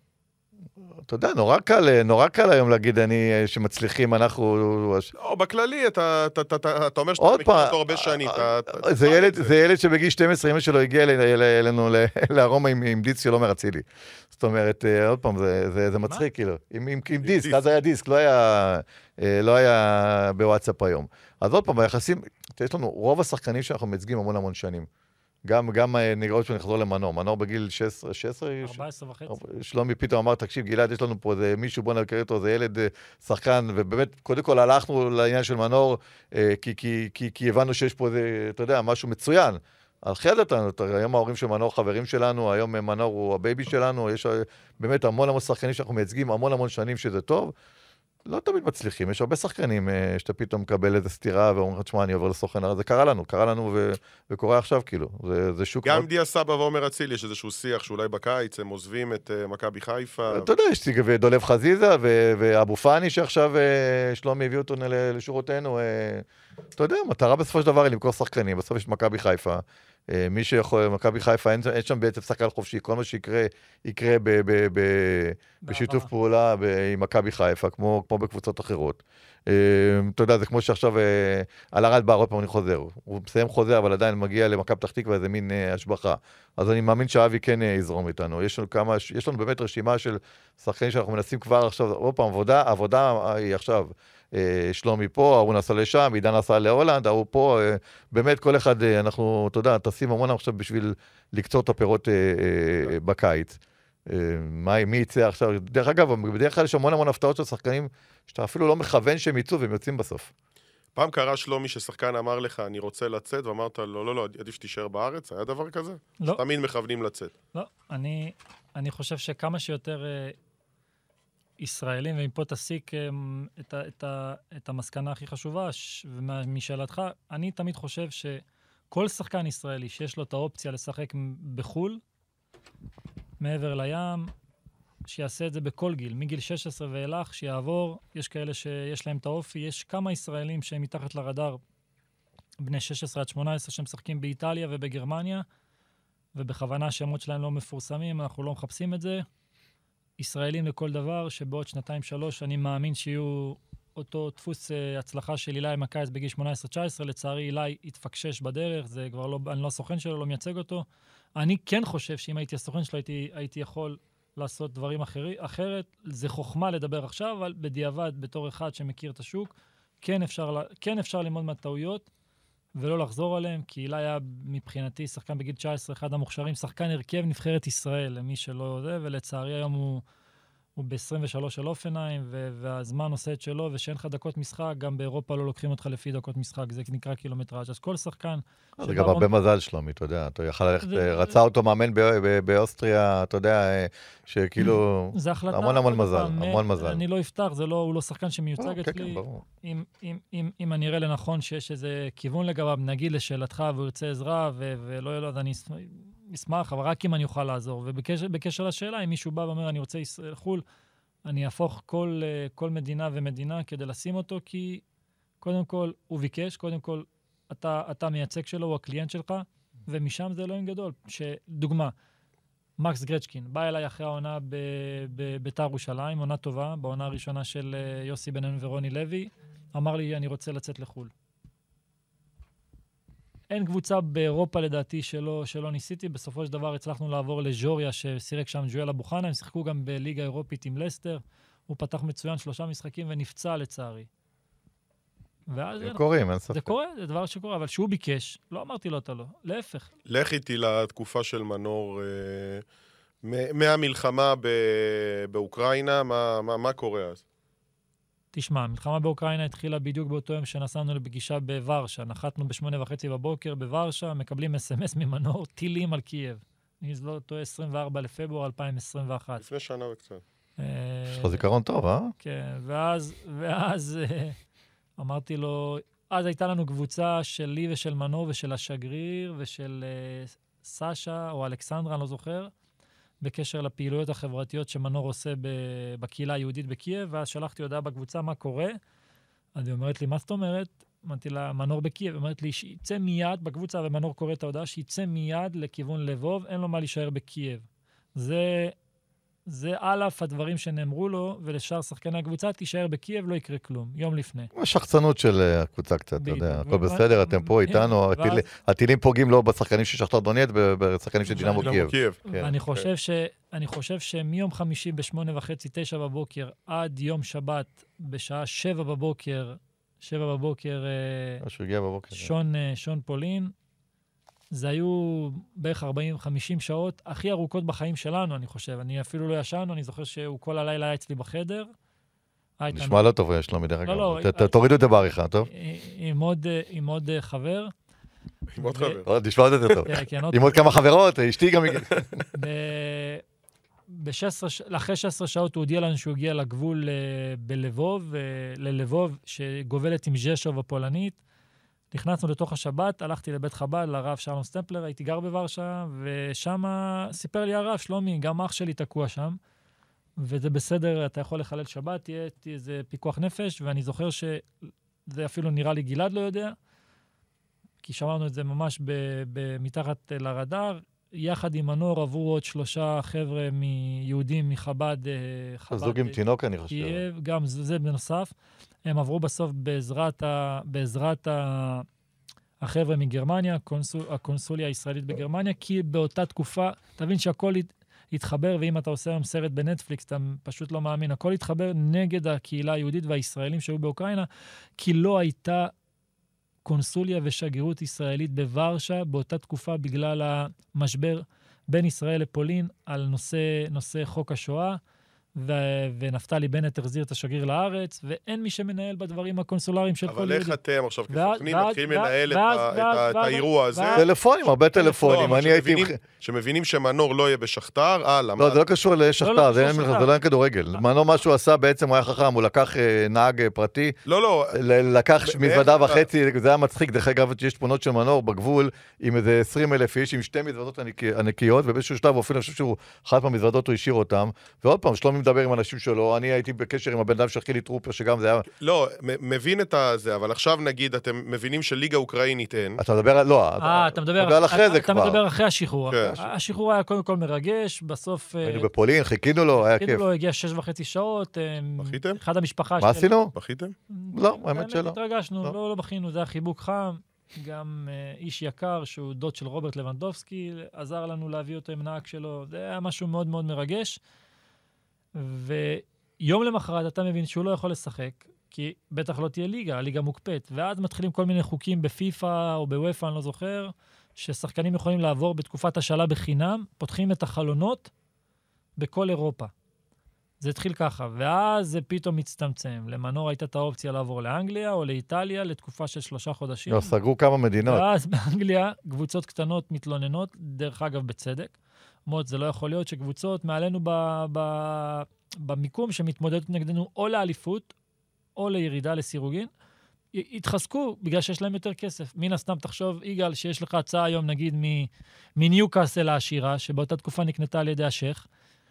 אתה יודע, נורא קל היום להגיד שמצליחים אנחנו... לא, בכללי, אתה אומר שאתה מכיר אותו הרבה שנים. זה ילד שבגיל 12, אמא שלו הגיע אלינו לארומה עם דיסק של עומר אצילי. זאת אומרת, עוד פעם, זה מצחיק, כאילו. עם דיסק, אז היה דיסק, לא היה בוואטסאפ היום. אז עוד פעם, ביחסים, יש לנו רוב השחקנים שאנחנו מייצגים המון שנים. גם נראות שנחזור למנור. מנור בגיל 16? 14 וחצי. שלומי פתאום אמר, תקשיב, גלעד, יש לנו פה מישהו, בוא נקריא אותו, זה ילד שחקן, ובאמת, קודם כל הלכנו לעניין של מנור, כי הבנו שיש פה, אתה יודע, משהו מצוין. אחרי זה, היום ההורים של מנור חברים שלנו, היום מנור הוא הבייבי שלנו, יש באמת המון שחקנים שאנחנו מייצגים, המון שנים שזה טוב. לא תמיד מצליחים, יש הרבה שחקנים שאתה פתאום מקבל איזו סתירה ואומרים, תשמע, אני עובר לסוכן, זה קרה לנו וקורה עכשיו, כאילו, זה שוק גם דיה סבא ועומר אצילי, יש איזשהו שיח שאולי בקיץ הם עוזבים את מכבי חיפה. אתה יודע, יש דולב חזיזה ואבו פאני, שעכשיו שלומי הביא אותו לשורותינו, אתה יודע, מטרה בסופו של דבר היא למכור שחקנים, בסוף יש מכבי חיפה, מי שיכול, מכבי חיפה, אין שם בעצם שחקן חופשי, כל מה שיקרה, יקרה בשיתוף פעולה עם מכבי חיפה, כמו בקבוצות אחרות. אתה יודע, זה כמו שעכשיו על הרד בר, עוד פעם אני חוזר. הוא מסיים חוזר, אבל עדיין מגיע למכבי פתח תקווה, איזה מין השבחה. אז אני מאמין שאבי כן יזרום איתנו. יש לנו באמת רשימה של שחקנים שאנחנו מנסים כבר עכשיו, עוד פעם, עבודה היא עכשיו. שלומי פה, הוא נסע לשם, עידן נסע להולנד, הוא פה, באמת כל אחד, אנחנו, אתה יודע, תשים המון עכשיו בשביל לקצור את הפירות בקיץ. מי יצא עכשיו? דרך אגב, בדרך כלל יש המון הפתעות של שחקנים שאתה אפילו לא מכוון שהם יצאו והם יוצאים בסוף. פעם קרה שלומי ששחקן אמר לך, אני רוצה לצאת, ואמרת, לא, עדיף שתישאר בארץ? היה דבר כזה? לא. שתמיד מכוונים לצאת. לא, אני חושב שכמה שיותר ישראלים, ומפה תסיק את המסקנה הכי חשובה, משאלתך, אני תמיד חושב שכל שחקן ישראלי שיש לו את האופציה לשחק בחול, מעבר לים, שיעשה את זה בכל גיל, מגיל 16 ואילך, שיעבור, יש כאלה שיש להם את האופי, יש כמה ישראלים שהם מתחת לרדאר, בני 16 עד 18, שמשחקים באיטליה ובגרמניה, ובכוונה השמות שלהם לא מפורסמים, אנחנו לא מחפשים את זה. ישראלים לכל דבר, שבעוד 2-3 אני מאמין שיהיו אותו דפוס הצלחה של אילי מקייס בגיל 18-19, לצערי אילי התפקשש בדרך, זה כבר לא, אני לא הסוכן שלו, לא מייצג אותו. אני כן חושב שאם הייתי הסוכן שלו, הייתי יכול לעשות דברים אחרת. זה חוכמה לדבר עכשיו, אבל בדיעבד, בתור אחד שמכיר את השוק, כן אפשר ללמוד מהטעויות, ולא לחזור עליהם, כי אילי היה מבחינתי שחקן בגיל 19, אחד המוכשרים, שחקן הרכב נבחרת ישראל, למי שלא יודע, ולצערי היום הוא ב-23 של אופנהיים, והזמן עושה את שלו, ושאין לך דקות משחק, גם באירופה לא לוקחים אותך לפי דקות משחק, זה נקרא קילומטראז'. אז כל שחקן... זה גם הרבה מזל שלומי, אתה יודע, אתה יכול ללכת, רצה אותו מאמן באוסטריה, אתה יודע, שכאילו... זה החלטה... המון מזל, המון מזל. אני לא אפתח, הוא לא שחקן שמיוצג אצלי. אם אני אראה לנכון שיש איזה כיוון לגביו, נגיד לשאלתך, והוא ירצה עזרה, ולא יהיה לו, אז אני אשמח, אבל רק אם אני אוכל לעזור. ובקשר לשאלה, אם מישהו בא ואומר, אני רוצה חול, אני אהפוך כל מדינה ומדינה כדי לשים אותו, כי קודם כל הוא ביקש, קודם כל אתה מייצג שלו, הוא הקליינט שלך, ומשם זה אלוהים גדול. דוגמה, מקס גרצ'קין, בא אליי אחרי העונה בבית"ר ירושלים, עונה טובה, בעונה הראשונה של יוסי בן-און ורוני לוי, אמר לי, אני רוצה לצאת לחול. אין קבוצה באירופה לדעתי שלא ניסיתי, בסופו של דבר הצלחנו לעבור לג'וריה שסירק שם ג'ואל אבוחנה, הם שיחקו גם בליגה אירופית עם לסטר, הוא פתח מצוין 3 משחקים ונפצע לצערי. זה קורה, אין ספק. זה קורה, זה דבר שקורה, אבל שהוא ביקש, לא אמרתי לו אתה לא, להפך. לך איתי לתקופה של מנור, מהמלחמה באוקראינה, מה קורה אז? תשמע, המלחמה באוקראינה התחילה בדיוק באותו יום שנסענו לפגישה בוורשה. נחתנו ב8:30 בבוקר בוורשה, מקבלים אס-אמס ממנור, טילים על קייב. אני לא טועה, 24 לפברואר 2021. לפני שנה וקצת. יש לך זיכרון טוב, אה? כן, ואז אמרתי לו, אז הייתה לנו קבוצה של לי ושל מנור ושל השגריר ושל סשה או אלכסנדרה, אני לא זוכר, בקשר לפעילויות החברתיות שמנור עושה בקהילה היהודית בקייב, ואז שלחתי הודעה בקבוצה מה קורה. אז היא אומרת לי, מה זאת אומרת? אמרתי לה, מנור בקייב. היא אומרת לי, שיצא מיד בקבוצה, ומנור קורא את ההודעה, שיצא מיד לכיוון לבוב, אין לו מה להישאר בקייב. זה על אף הדברים שנאמרו לו, ולשאר שחקני הקבוצה, תישאר בקייב, לא יקרה כלום, יום לפני. שחצנות של הקבוצה קצת, אתה יודע, הכל בסדר, אתם פה איתנו, הטילים פוגעים לא בשחקנים של שכתר דונייץ, בשחקנים של דינמו קייב. אני חושב שמיום חמישי ב8:30, 9 בבוקר, עד יום שבת, בשעה 7 בבוקר, שון פולין, זה היו בערך 40-50 שעות הכי ארוכות בחיים שלנו, אני חושב. אני אפילו לא ישנו, אני זוכר שהוא כל הלילה היה אצלי בחדר. נשמע לא טוב, יש לו מדרך אגב. תורידו את זה בעריכה, טוב? עם עוד חבר. עם עוד חבר. נשמע את זה טוב. עם עוד כמה חברות, אשתי גם הגיעה. אחרי 16 שעות הוא הודיע לנו שהוא הגיע לגבול ללבוב, שגובלת עם ז'שוב הפולנית. נכנסנו לתוך השבת, הלכתי לבית חב"ד, לרב שלום סטמפלר, הייתי גר בוורשה, ושם סיפר לי הרב, שלומי, גם אח שלי תקוע שם, וזה בסדר, אתה יכול לחלל שבת, תהיה איזה פיקוח נפש, ואני זוכר שזה אפילו נראה לי גלעד לא יודע, כי שמענו את זה ממש מתחת לרדאר, יחד עם מנור עברו עוד 3 חבר'ה מיהודים מחב"ד. זוג עם תינוק, אני חושב. גם זה בנוסף. הם עברו בסוף בעזרת החבר'ה מגרמניה, הקונסוליה הישראלית בגרמניה, כי באותה תקופה, תבין שהכל התחבר, ואם אתה עושה היום סרט בנטפליקס, אתה פשוט לא מאמין, הכל התחבר נגד הקהילה היהודית והישראלים שהיו באוקראינה, כי לא הייתה קונסוליה ושגרירות ישראלית בוורשה באותה תקופה בגלל המשבר בין ישראל לפולין על נושא חוק השואה, ונפתלי בנט החזיר את השגריר לארץ, ואין מי שמנהל בדברים הקונסולריים של כל יהודי. אבל איך אתם עכשיו כסוכנים מתחילים לנהל את האירוע הזה? טלפונים, הרבה טלפונים. שמבינים שמנור לא יהיה בשכתר, לא, זה לא קשור לשכתר, זה לא היה כדורגל. מנור מה שהוא עשה בעצם, הוא היה חכם, הוא לקח נהג פרטי, לקח מזוודה וחצי, זה היה מצחיק, דרך אגב, יש תמונות של מנור בגבול, עם איזה 20,000 איש, עם 2 מזוודות ענקיות, ובאיזשהו שלב, אפילו אני חושב שהוא אחת מהמזוודות, הוא השאיר אותם, ועוד פעם, שלומי מדבר עם אנשים שלו, אני הייתי בקשר עם הבן אדם של חילי טרופר, שגם זה היה... לא, מבין את זה, אבל עכשיו נגיד, אתם מבינים שליגה אוקראינית אין. אתה מדבר על... לא, אתה מדבר אחרי זה כבר. אתה מדבר אחרי השחרור. השחרור היה קודם כל מרגש, בסוף... היינו בפולין, חיכינו לו, היה כיף. חיכינו לו, הגיע 6.5 שעות. בכיתם? אחד המשפחה... מה עשינו? בכיתם? לא, האמת שלא. התרגשנו, לא בכינו, זה היה חיבוק חם. גם איש יקר, שהוא דוד של רוברט לבנדובסקי, עזר לנו להביא אותו עם נהג שלו. זה היה משהו מאוד מאוד מרגש. ויום למחרת אתה מבין שהוא לא יכול לשחק, כי בטח לא תהיה ליגה, הליגה מוקפאת, ואז מתחילים כל מיני חוקים בפיפה או בוויפה, אני לא זוכר, ששחקנים יכולים לעבור בתקופת השאלה בחינם, פותחים את החלונות בכל אירופה. זה התחיל ככה, ואז זה פתאום מצטמצם. למנור הייתה את האופציה לעבור לאנגליה או לאיטליה לתקופה של 3 חודשים. לא, סגרו כמה מדינות. ואז באנגליה קבוצות קטנות מתלוננות, דרך אגב בצדק, אומרות, זה לא יכול להיות שקבוצות מעלינו במיקום שמתמודדת נגדנו או לאליפות או לירידה לסירוגין, התחזקו בגלל שיש להם יותר כסף. מן הסתם תחשוב, יגאל, שיש לך הצעה היום נגיד מניוקאסל העשירה, שבאותה תקופה נקנתה על ידי השייך,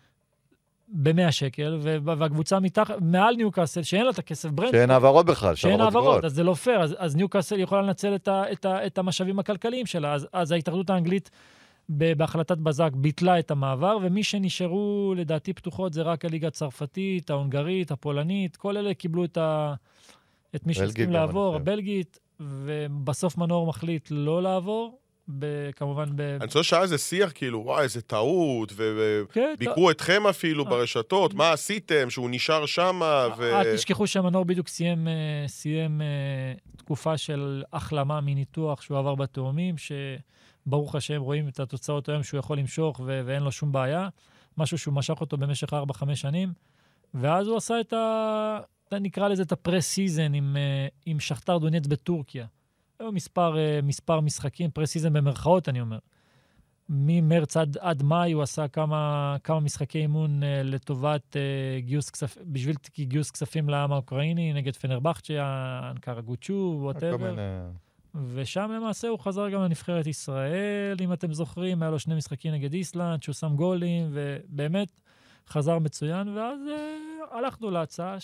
ב100 שקל, והקבוצה מעל ניוקאסל, שאין לה את הכסף ברנדפורד. שאין העברות בכלל. שאין העברות, אז זה לא פייר. אז ניוקאסל יכולה לנצל את המשאבים הכלכליים שלה. אז ההתאחדות האנגלית בהחלטת בזק ביטלה את המעבר, ומי שנשארו לדעתי פתוחות זה רק הליגה הצרפתית, ההונגרית, הפולנית, כל אלה קיבלו את מי שהסכים לעבור, הבלגית, ובסוף מנור מחליט לא לעבור, כמובן אני חושב שהיה איזה שיח כאילו, וואי, איזה טעות, וביקרו אתכם אפילו ברשתות, מה עשיתם, שהוא נשאר שם, תשכחו שמנור בדיוק סיים תקופה של החלמה מניתוח שהוא עבר בתאומים, ברוך השם רואים את התוצאות היום שהוא יכול למשוך ואין לו שום בעיה, משהו שהוא משך אותו במשך 4-5 שנים, ואז הוא עשה נקרא לזה את הפרס-סיזן עם שכתר דונייץ בטורקיה. היו מספר משחקים, פרס-סיזן במרכאות אני אומר. ממרץ עד מאי הוא עשה כמה משחקי אימון לטובת בשביל גיוס כספים לעם האוקראיני, נגד פנרבחצ'ה, אנקרה גוצ'ו, וואטאבר. ושם למעשה הוא חזר גם לנבחרת ישראל, אם אתם זוכרים, היה לו 2 משחקים נגד איסלנד, שהוא שם גולים, ובאמת חזר מצוין, ואז הלכנו להצעה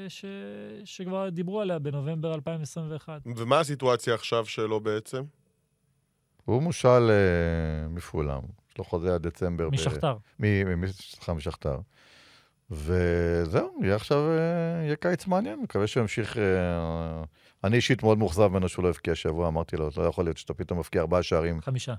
שכבר דיברו עליה בנובמבר 2021. ומה הסיטואציה עכשיו שלו בעצם? הוא מושל מפולם, יש לו חוזה עד דצמבר. משכתר. משכתר. וזהו, יהיה קיץ מעניין, מקווה שהוא ימשיך... אני אישית מאוד מוחזב ממנו שהוא לא הפקיע שבוע, אמרתי לו, לא יכול להיות שאתה פתאום מפקיע 4 שערים. 5.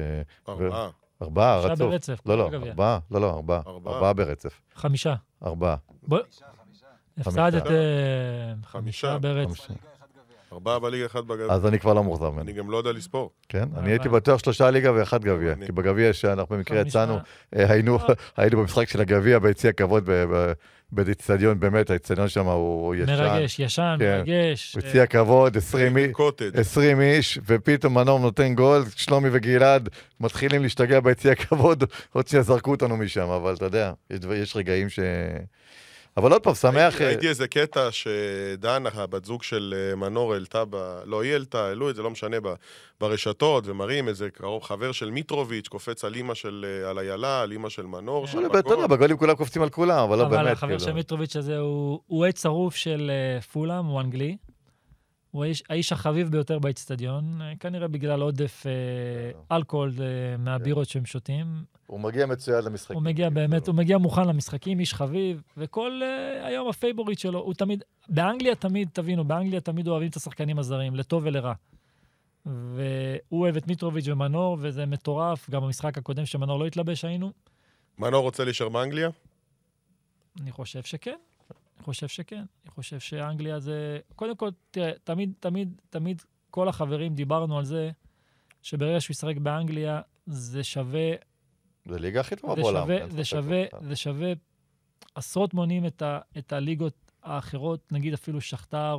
4. רצוף. ברצף. לא, 4. 4 ברצף. 5. 4. הפסדת 5 ברצף. 4 בליגה 1 בגביע. אז אני כבר לא מוחזב ממנו. אני גם לא יודע לספור. כן, אני הייתי בטוח 3 ליגה ו1 גביע. כי בגביע שאנחנו במקרה יצאנו, היינו במשחק של הגביע ביציע כבוד באצטדיון, באמת, האצטדיון שם הוא ישן. מרגש, ישן, מרגש. ביציע כבוד, 20 איש, ופתאום מנור נותן גול, שלומי וגלעד מתחילים להשתגע ביציע כבוד, עוד שזרקו אותנו משם, אבל אתה יודע, יש רגעים אבל עוד פעם, שמח... ראיתי איזה קטע שדנה, הבת זוג של מנור, העלתה לא היא העלתה, העלו את זה, לא משנה, ברשתות, ומראים איזה קרוב חבר של מיטרוביץ', קופץ על על איילה, על אמא של מנור. אתה יודע, בגולים כולם קופצים על כולם, אבל לא באמת. אבל החבר של מיטרוביץ' הזה הוא עץ שרוף של פולאם, הוא אנגלי. הוא האיש החביב ביותר באצטדיון, כנראה בגלל עודף אלכוהול מהבירות שהם שותים. הוא מגיע מצוין למשחקים. הוא מגיע באמת, הוא מגיע מוכן למשחקים, איש חביב, וכל היום הפייבוריט שלו, הוא תמיד, באנגליה תמיד, תבינו, באנגליה תמיד אוהבים את השחקנים הזרים, לטוב ולרע. והוא אוהב את מיטרוביץ' ומנור, וזה מטורף, גם במשחק הקודם שמנור לא התלבש היינו. מנור רוצה להישאר באנגליה? אני חושב שכן. אני חושב שאנגליה זה... קודם כל, תראה, תמיד כל החברים דיברנו על זה, שברגע שהוא ישחק באנגליה, זה שווה... זה ליגה הכי טובה בעולם. זה שווה עשרות מונים את הליגות האחרות, נגיד אפילו שכתר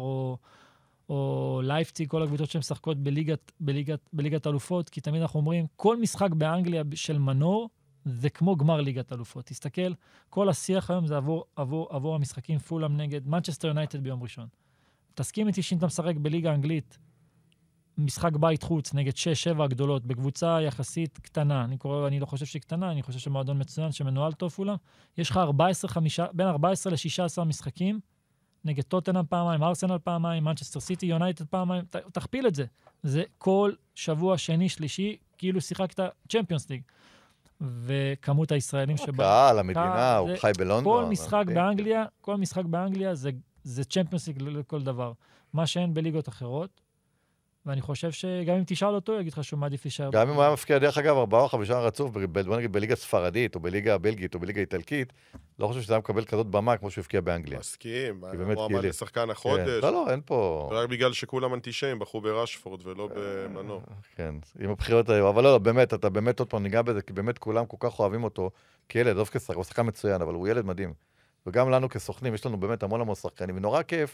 או לייפציג, כל הקבוצות שהן משחקות בליגת אלופות, כי תמיד אנחנו אומרים, כל משחק באנגליה של מנור, זה כמו גמר ליגת אלופות. תסתכל, כל השיח היום זה עבור המשחקים פולאם נגד מנצ'סטר יונייטד ביום ראשון. תסכים איתי שאם אתה משחק בליגה האנגלית, משחק בית חוץ נגד 6-7 הגדולות, בקבוצה יחסית קטנה, אני לא חושב שהיא קטנה, אני חושב שמועדון מצוין שמנוהל טוב פולאם, יש לך בין 14 ל-16 משחקים, נגד טוטנהאם פעמיים, ארסנל פעמיים, מנצ'סטר סיטי, יונייטד פעמיים, תכפיל את זה. זה כל שבוע שני, שלישי, כאילו שיחקת צ'מפיונס ליג. וכמות הישראלים קהל, המדינה, הוא חי בלונדון. כל משחק באנגליה זה צ'מפיונס ליג לכל דבר. מה שאין בליגות אחרות, ואני חושב שגם אם תשאל אותו, יגיד לך שהוא מעדיף להישאר. גם אם הוא היה מפקיע דרך אגב 4 או 5 רצוף, בליגה ספרדית, או בליגה הבלגית, או בליגה איטלקית, לא חושב שזה היה מקבל כזאת במה כמו שהוא הפקיע באנגליה. מסכים, הוא עמד לשחקן החודש. לא, אין פה... רק בגלל שכולם אנטישאים, בחרו ברשפורד ולא במנור. כן, עם הבחירות האלה, אבל לא, באמת, אתה באמת עוד פעם ניגע בזה, כי באמת כולם כל כך אוהבים אותו כילד, לא כשחק, הוא שחקן מצוין, אבל הוא ילד מדהים. וגם לנו כסוכנים, יש לנו באמת המון שחקנים, ונורא כיף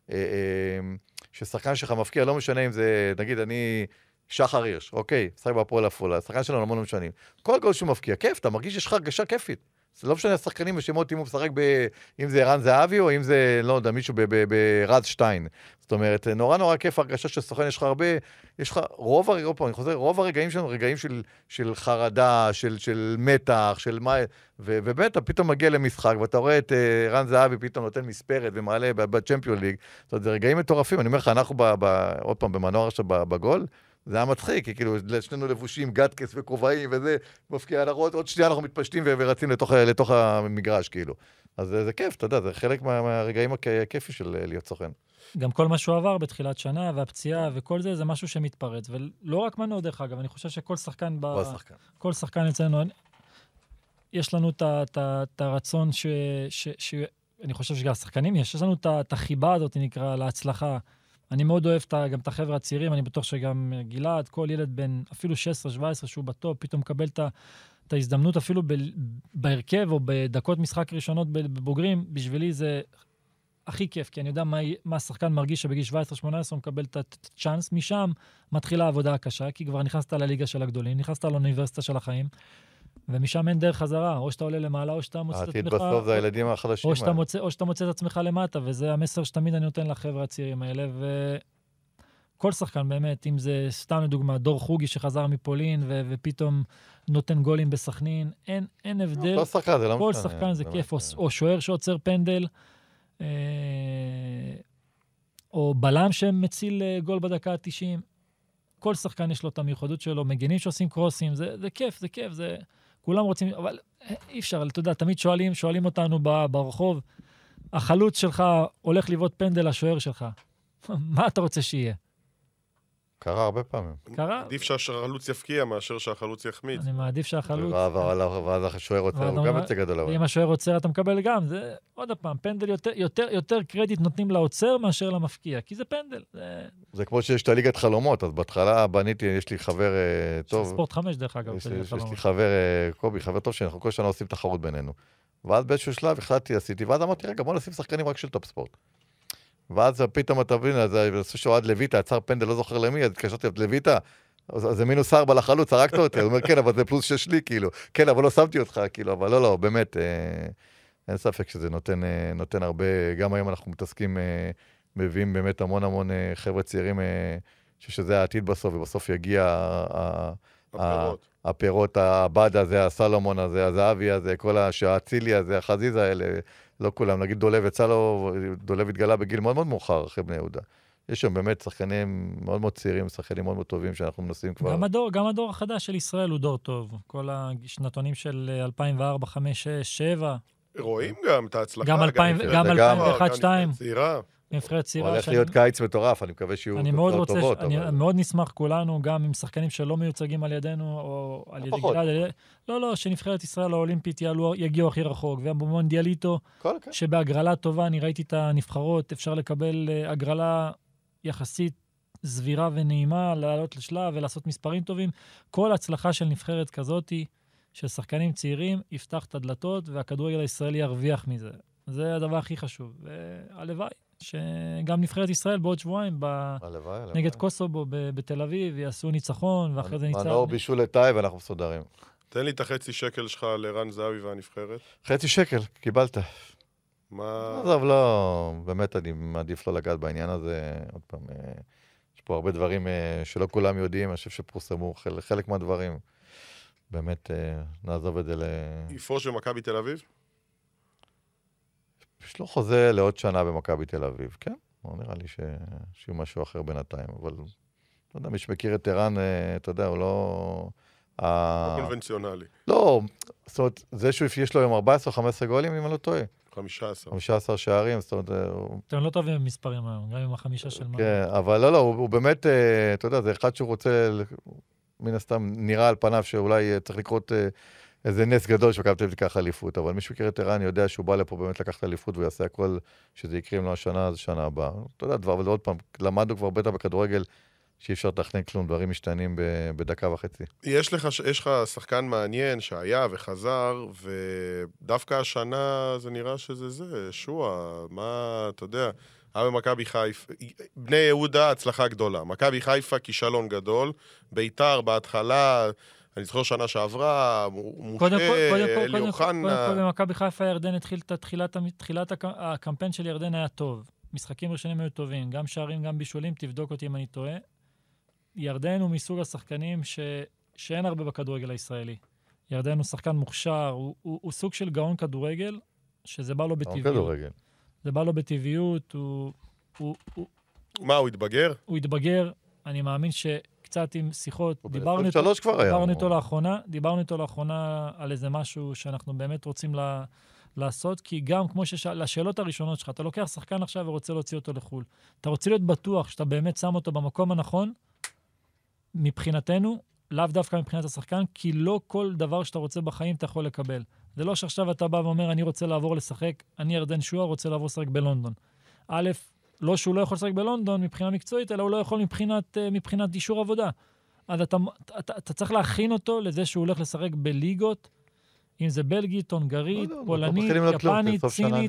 ששחקן שלך מפקיע, לא משנה אם זה, נגיד, אני שחר הירש, אוקיי, שחק בהפועל עפולה, שחקן שלנו המון שנים. כל גול שהוא מפקיע, כיף, אתה מרגיש שיש לך הרגשה כיפית. זה לא משנה השחקנים ושמות, אם הוא משחק אם זה ערן זהבי, או אם זה, לא יודע, מישהו ברז שטיין. זאת אומרת, נורא כיף הרגשה שסוכן, יש לך הרבה, יש לך רוב הרגעים שלנו, רגעים של חרדה, של מתח, של מה, ובאמת, אתה פתאום מגיע למשחק, ואתה רואה את ערן זהבי פתאום נותן מספרת ומעלה בצ'מפיון ליג. זאת אומרת, זה רגעים מטורפים. אני אומר לך, אנחנו עוד פעם במנוע עכשיו בגול, זה היה מצחיק, כי כאילו שנינו לבושים, גטקס וכובעים וזה, מפקיע הנרות, עוד שנייה אנחנו מתפשטים ורצים לתוך המגרש, כאילו. אז זה כיף, אתה יודע, זה חלק מהרגעים הכיפי של להיות סוכן. גם כל מה שהוא עבר בתחילת שנה, והפציעה וכל זה, זה משהו שמתפרץ. ולא רק מנור, דרך אגב, אני חושב שכל שחקן, כל שחקן אצלנו, יש לנו את הרצון אני חושב שגם השחקנים יש לנו את החיבה הזאת, נקרא, להצלחה. אני מאוד אוהב גם את החבר'ה הצעירים, אני בטוח שגם גלעד, כל ילד בין אפילו 16-17 שהוא בטופ, פתאום מקבל את ההזדמנות אפילו בהרכב או בדקות משחק ראשונות בבוגרים, בשבילי זה הכי כיף, כי אני יודע מה השחקן מרגיש שבגיל 17-18 הוא מקבל את הצ'אנס, משם מתחילה העבודה הקשה, כי כבר נכנסת לליגה של הגדולים, נכנסת לאוניברסיטה של החיים, ומשם אין דרך חזרה, או שאתה עולה למעלה, או שאתה מוצא את עצמך... בסוף זה הילדים החדשים. או שאתה מוצא את עצמך למטה, וזה המסר שתמיד אני נותן לחבר'ה הצעירים האלה, וכל שחקן באמת, אם זה סתם לדוגמה, דור חוגי שחזר מפולין, ופתאום נותן גולים בסכנין, אין הבדל. כל שחקן, זה לא משנה. כל שחקן זה כיף, או שוער שעוצר פנדל, או בלם שמציל גול בדקה ה-90. כל שחקן יש לו את המיוחדות שלו, מגנים שעושים קרוסים, זה כיף, זה... כולם רוצים, אבל אי אפשר, אתה יודע, תמיד שואלים אותנו ברחוב, החלוץ שלך הולך לבעוט פנדל לשוער שלך. מה אתה רוצה שיהיה? קרה הרבה פעמים. עדיף שהחלוץ יפקיע מאשר שהחלוץ יחמיץ. אני מעדיף שהחלוץ... ואז השוער עוצר, הוא גם יצא גדול. ואם השוער עוצר, אתה מקבל גם. זה, עוד פעם, פנדל יותר קרדיט נותנים לעוצר מאשר למפקיע, כי זה פנדל. זה כמו שיש את הליגת חלומות, אז בהתחלה בניתי, יש לי חבר טוב. ספורט 5 דרך אגב. יש לי חבר, קובי, חבר טוב שאנחנו כל שנה עושים תחרות בינינו. ואז באיזשהו שלב עשיתי, ואז אמרתי, רגע, בוא נשים שחקנים רק של טופ ספורט. ואז פתאום אתה מבין, אז עשו שאוהד לויטה, עצר פנדל, לא זוכר למי, אז התקשרתי את לויטה, זה מינוס 4 לחלוץ, הרגת אותי, הוא אומר, כן, אבל זה פלוס 6 לי, כאילו, כן, אבל לא שמתי אותך, כאילו, אבל לא, באמת, אין ספק שזה נותן הרבה, גם היום אנחנו מתעסקים, מביאים באמת המון חבר'ה צעירים, שזה העתיד בסוף, ובסוף יגיע הפירות, הבד הזה, הסלומון הזה, הזהבי הזה, כל השעצילי הזה, החזיזה האלה, לא כולם, נגיד דולב יצא לו, דולב התגלה בגיל מאוד מאוד מאוחר אחרי בני יהודה, יש שם באמת שחקנים מאוד מאוד צעירים, שחקנים מאוד מאוד טובים שאנחנו מנסים כבר... גם הדור החדש של ישראל הוא דור טוב. כל השנתונים של 2004, 5, 6, 7. רואים גם את ההצלחה. גם 2001-2002. צעירה. נבחרת צעירה. הולך להיות קיץ מטורף, אני מקווה שיהיו תוצאות טובות. אני מאוד נשמח כולנו, גם עם שחקנים שלא מיוצגים על ידינו, או על ידי גלעד. לא, שנבחרת ישראל האולימפית יגיעו הכי רחוק. ובמונדיאליטו, שבהגרלה טובה, אני ראיתי את הנבחרות, אפשר לקבל הגרלה יחסית סבירה ונעימה, לעלות לשלב ולעשות מספרים טובים. כל הצלחה של נבחרת כזאת, של שחקנים צעירים, יפתח את הדלתות, והכדורגל הישראלי ירוויח מזה. זה הדבר הכי חשוב. והלוואי, שגם נבחרת ישראל בעוד שבועיים, נגד קוסובו בתל אביב, יעשו ניצחון, ואחרי זה ניצחון. מנור בישול לתאי ואנחנו מסודרים. תן לי את החצי שקל שלך לרן זהבי והנבחרת. חצי שקל, קיבלת. מה? עזוב, לא, באמת אני מעדיף לא לגעת בעניין הזה. עוד פעם, יש פה הרבה דברים שלא כולם יודעים, אני חושב שפורסמו חלק מהדברים. באמת, נעזוב את זה יפרוש במכבי תל אביב? יש לו חוזה לעוד שנה במכבי תל אביב, כן? נראה לי שיהיו משהו אחר בינתיים, אבל לא יודע, מי שמכיר את ערן, אתה יודע, הוא לא... לא קונבנציונלי. לא, זאת אומרת, זה שיש לו היום 14 או 15 גולים, אם אני לא טועה. 15 שערים, זאת אומרת... אתם לא טובים במספרים היום, גם עם החמישה של מה. כן, אבל לא, הוא באמת, אתה יודע, זה אחד שהוא רוצה, מן הסתם נראה על פניו שאולי צריך לקרות איזה נס גדול שמכבי תל אביב תיקח אליפות, אבל מי שמכיר את ערן יודע שהוא בא לפה באמת לקחת אליפות ויעשה הכל שזה יקרה לו השנה, אז שנה הבאה. אתה יודע, אבל עוד פעם, למדנו כבר בטח בכדורגל שאי אפשר לתכנן כלום, דברים משתנים בדקה וחצי. יש לך שחקן מעניין שהיה וחזר, ודווקא השנה זה נראה שזה, שועה, מה, אתה יודע, היה במכבי חיפה, בני יהודה הצלחה גדולה, מכבי חיפה כישלון גדול, ביתר בהתחלה, אני זוכר שנה שעברה, מושה, אליוחנה. קודם במכבי חיפה ירדן התחיל את תחילת הקמפיין של ירדן היה טוב. משחקים ראשונים היו טובים, גם שערים, גם בישולים, תבדוק אותי אם אני טועה. ירדן הוא מסוג השחקנים שאין הרבה בכדורגל הישראלי. ירדן הוא שחקן מוכשר, הוא סוג של גאון כדורגל, שזה בא לו בטבעיות. זה בא לו בטבעיות, מה, הוא התבגר? הוא התבגר, אני מאמין שקצת עם שיחות, דיברנו איתו לאחרונה על איזה משהו שאנחנו באמת רוצים לעשות, כי גם כמו לשאלות הראשונות שלך, אתה לוקח שחקן עכשיו ורוצה להוציא אותו לחול. אתה רוצה להיות בטוח שאתה באמת שם אותו במקום הנכון, מבחינתנו, לאו דווקא מבחינת השחקן, כי לא כל דבר שאתה רוצה בחיים אתה יכול לקבל. זה לא שעכשיו אתה בא ואומר, אני רוצה לעבור לשחק, אני ירדן שועה רוצה לעבור לשחק בלונדון. א', לא שהוא לא יכול לשחק בלונדון מבחינה מקצועית, אלא הוא לא יכול מבחינת אישור עבודה. אז אתה צריך להכין אותו לזה שהוא הולך לשחק בליגות, אם זה בלגית, הונגרית, פולנית, יפנית, סינית,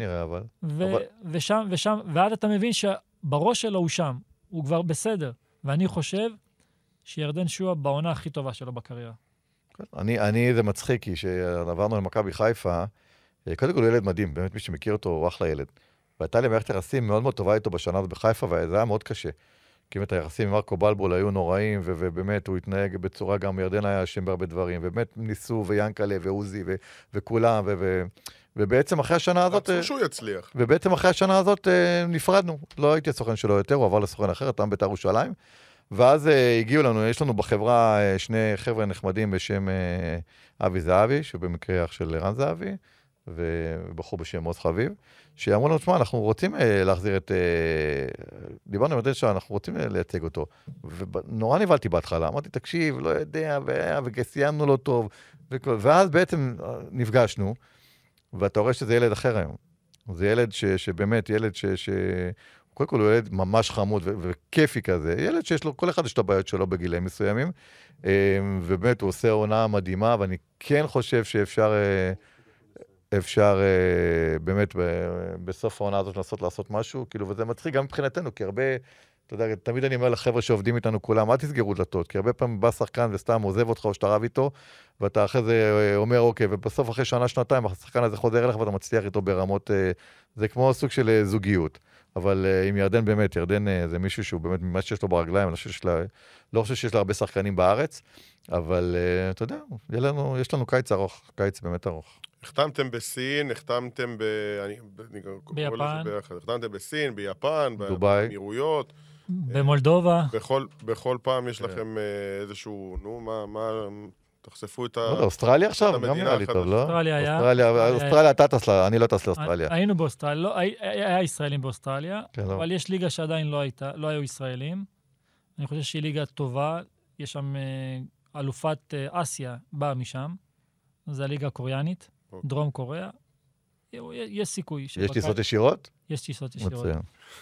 ואז אתה מבין שבראש שלו הוא שם, הוא כבר בסדר. ואני חושב שירדן שועה בעונה הכי טובה שלו בקריירה. זה מצחיק, כי שעברנו למכבי חיפה, קודם כל הוא ילד מדהים, באמת מי שמכיר אותו הוא אחלה ילד. והייתה לי מערכת יחסים מאוד מאוד טובה איתו בשנה הזאת בחיפה, וזה היה מאוד קשה. כי באמת היחסים עם מרקו בלבול היו נוראים, ובאמת הוא התנהג בצורה, גם ירדן היה אשם בהרבה דברים, ובאמת ניסו ויאנקלה ועוזי וכולם, ובעצם אחרי השנה הזאת... רצו שהוא יצליח. ובעצם אחרי השנה הזאת נפרדנו. לא הייתי הסוכן שלו יותר, הוא עבר לסוכן אחר, תם בית"ר ירושלים. ואז הגיעו לנו, יש לנו בחברה שני חבר'ה נחמדים בשם אבי זהבי, שהוא במקרה אח של רן זהבי, ובחור בשם עוז חביב, שאמרו לנו, תשמע, אנחנו רוצים להחזיר את... דיברנו עם הדרך שאנחנו רוצים לייצג אותו. ונורא נבלתי בהתחלה, אמרתי, תקשיב, לא יודע, וסיימנו לו טוב. ואז בעצם נפגשנו, ואתה רואה שזה ילד אחר היום. זה ילד שבאמת, ילד קודם כל הוא ילד ממש חמוד וכיפי כזה. ילד שיש לו, כל אחד יש לו בעיות שלו בגילאים מסוימים, ובאמת הוא עושה עונה מדהימה, ואני כן חושב שאפשר באמת בסוף העונה הזאת לנסות לעשות משהו, כאילו, וזה מצחיק גם מבחינתנו, כי הרבה, אתה יודע, תמיד אני אומר לחבר'ה שעובדים איתנו כולם, אל תסגרו דלתות, כי הרבה פעמים בא שחקן וסתם עוזב אותך או שאתה רב איתו, ואתה אחרי זה אומר אוקיי, ובסוף אחרי שנה, שנתיים, השחקן הזה חוזר אליך ואתה מצליח איתו ברמות, זה כמו סוג של זוגיות. אבל עם ירדן באמת, ירדן זה מישהו שהוא באמת ממה שיש לו ברגליים, לא חושב שיש לה הרבה שחקנים בארץ, אבל אתה יודע, יש לנו קיץ ארוך, קיץ באמת ארוך. החתמתם בסין, החתמתם ביפן. החתמתם בסין, ביפן, דוביי. באמירויות. במולדובה. בכל פעם יש לכם איזשהו, תחשפו את אוסטרליה עכשיו? גם נראה לי טוב, לא? אוסטרליה היה. אוסטרליה אתה טס לה, אני לא טס לאוסטרליה. היינו באוסטרליה, היה ישראלים באוסטרליה, כן, אבל יש ליגה שעדיין לא היו ישראלים. אני חושב שהיא ליגה טובה, יש שם אלופת אסיה באה משם, זו הליגה הקוריאנית, דרום קוריאה. יש סיכוי. יש טיסות ישירות? יש טיסות ישירות. מצוין.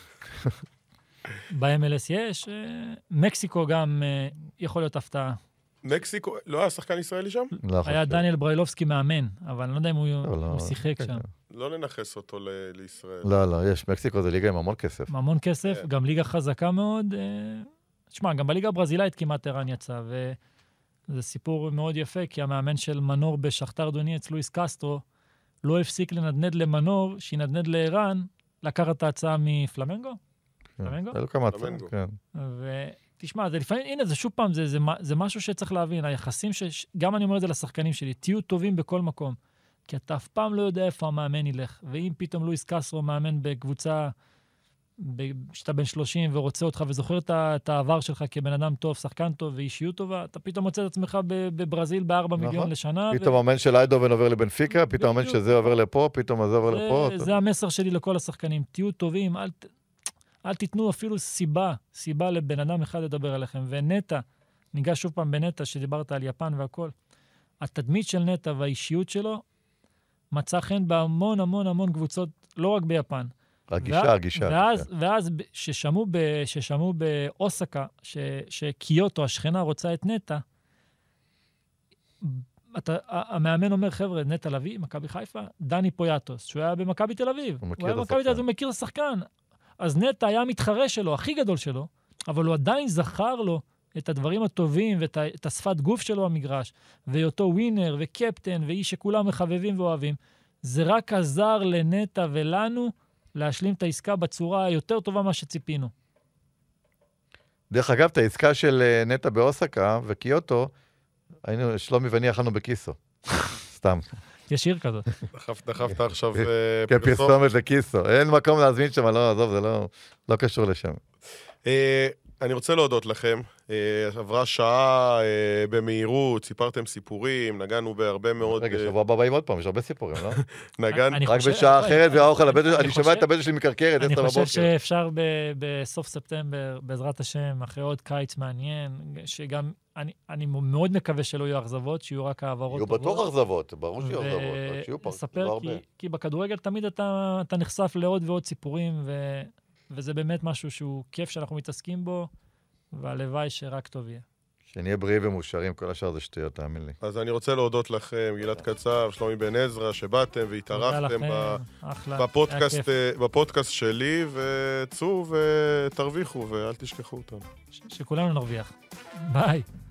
ב-MLS יש, מקסיקו גם יכול להיות הפתעה. מקסיקו, לא היה שחקן ישראלי שם? היה דניאל בריילובסקי מאמן, אבל אני לא יודע אם הוא שיחק שם. לא ננחס אותו לישראל. לא, יש, מקסיקו זה ליגה עם המון כסף. המון כסף, גם ליגה חזקה מאוד. תשמע, גם בליגה הברזילאית כמעט ערן יצא, וזה סיפור מאוד יפה, כי המאמן של מנור בשכתר דונייץ, לואיס קסטרו, לא הפסיק לנדנד למנור, שינדנד לערן, לקחת את ההצעה מפלמנגו. פלמנגו? אלו כמה הצעות, כן. תשמע, זה לפעמים, הנה, זה שוב פעם, זה משהו שצריך להבין, היחסים גם אני אומר את זה לשחקנים שלי, תהיו טובים בכל מקום, כי אתה אף פעם לא יודע איפה המאמן ילך, ואם פתאום לואיס קסטרו מאמן בקבוצה, שאתה בן 30 ורוצה אותך וזוכר את העבר שלך כבן אדם טוב, שחקן טוב ואישיות טובה, אתה פתאום מוצא את עצמך בברזיל ב4 מיליון לשנה. פתאום המאמן של איידובן עובר לבנפיקה, פתאום המאמן שזה עובר לפה, פתאום הזה עובר לפה. זה המסר שלי לכל השחקנים, תהיו טובים, אל תיתנו אפילו סיבה לבן אדם אחד לדבר עליכם. ונטה, ניגש שוב פעם בנטה, שדיברת על יפן והכל, התדמית של נטה והאישיות שלו מצא חן בהמון המון המון קבוצות, לא רק ביפן. הגישה. ואז ששמעו באוסקה, שקיוטו, השכנה, רוצה את נטה, המאמן אומר, חבר'ה, נטע לביא, מכבי חיפה, דני פויאטוס, שהוא היה במכבי תל אביב. הוא היה במכבי תל אביב, הוא מכיר את השחקן. אז נטע היה המתחרה שלו, הכי גדול שלו, אבל הוא עדיין זכר לו את הדברים הטובים ואת השפת גוף שלו במגרש, ואותו ווינר וקפטן ואיש שכולם מחבבים ואוהבים. זה רק עזר לנטע ולנו להשלים את העסקה בצורה היותר טובה מה שציפינו. דרך אגב, את העסקה של נטע באוסקה וקיוטו, שלומי ואני אכלנו בכיסו. סתם. יש שיר כזאת. דחפת עכשיו פרסומת לכיסו. אין מקום להזמין שם, לא, עזוב, זה לא קשור לשם. אני רוצה להודות לכם. עברה שעה במהירות, סיפרתם סיפורים, נגענו בהרבה מאוד... רגע, שבוע הבא באים עוד פעם, יש הרבה סיפורים, לא? רק בשעה אחרת, והאוכל, אני שומע את הבטן שלי מקרקרת, 10 בבוקר. אני חושב שאפשר בסוף ספטמבר, בעזרת השם, אחרי עוד קיץ מעניין, שגם אני מאוד מקווה שלא יהיו אכזבות, שיהיו רק העברות. יהיו בטוח אכזבות, ברור שיהיו אכזבות, רק שיהיו לספר, כי בכדורגל תמיד אתה נחשף לעוד ועוד סיפורים, וזה באמת משהו שהוא כיף שאנחנו מתעסקים בו, והלוואי שרק טוב יהיה. שנהיה בריאים ומאושרים, כל השאר זה שטויות, תאמין לי. אז אני רוצה להודות לכם, גלעד קצב, שלומי בן עזרא, שבאתם והתארחתם בפודקאסט שלי, וצאו ותרוויחו ואל תשכחו אותנו. שכולנו נרוויח. ביי.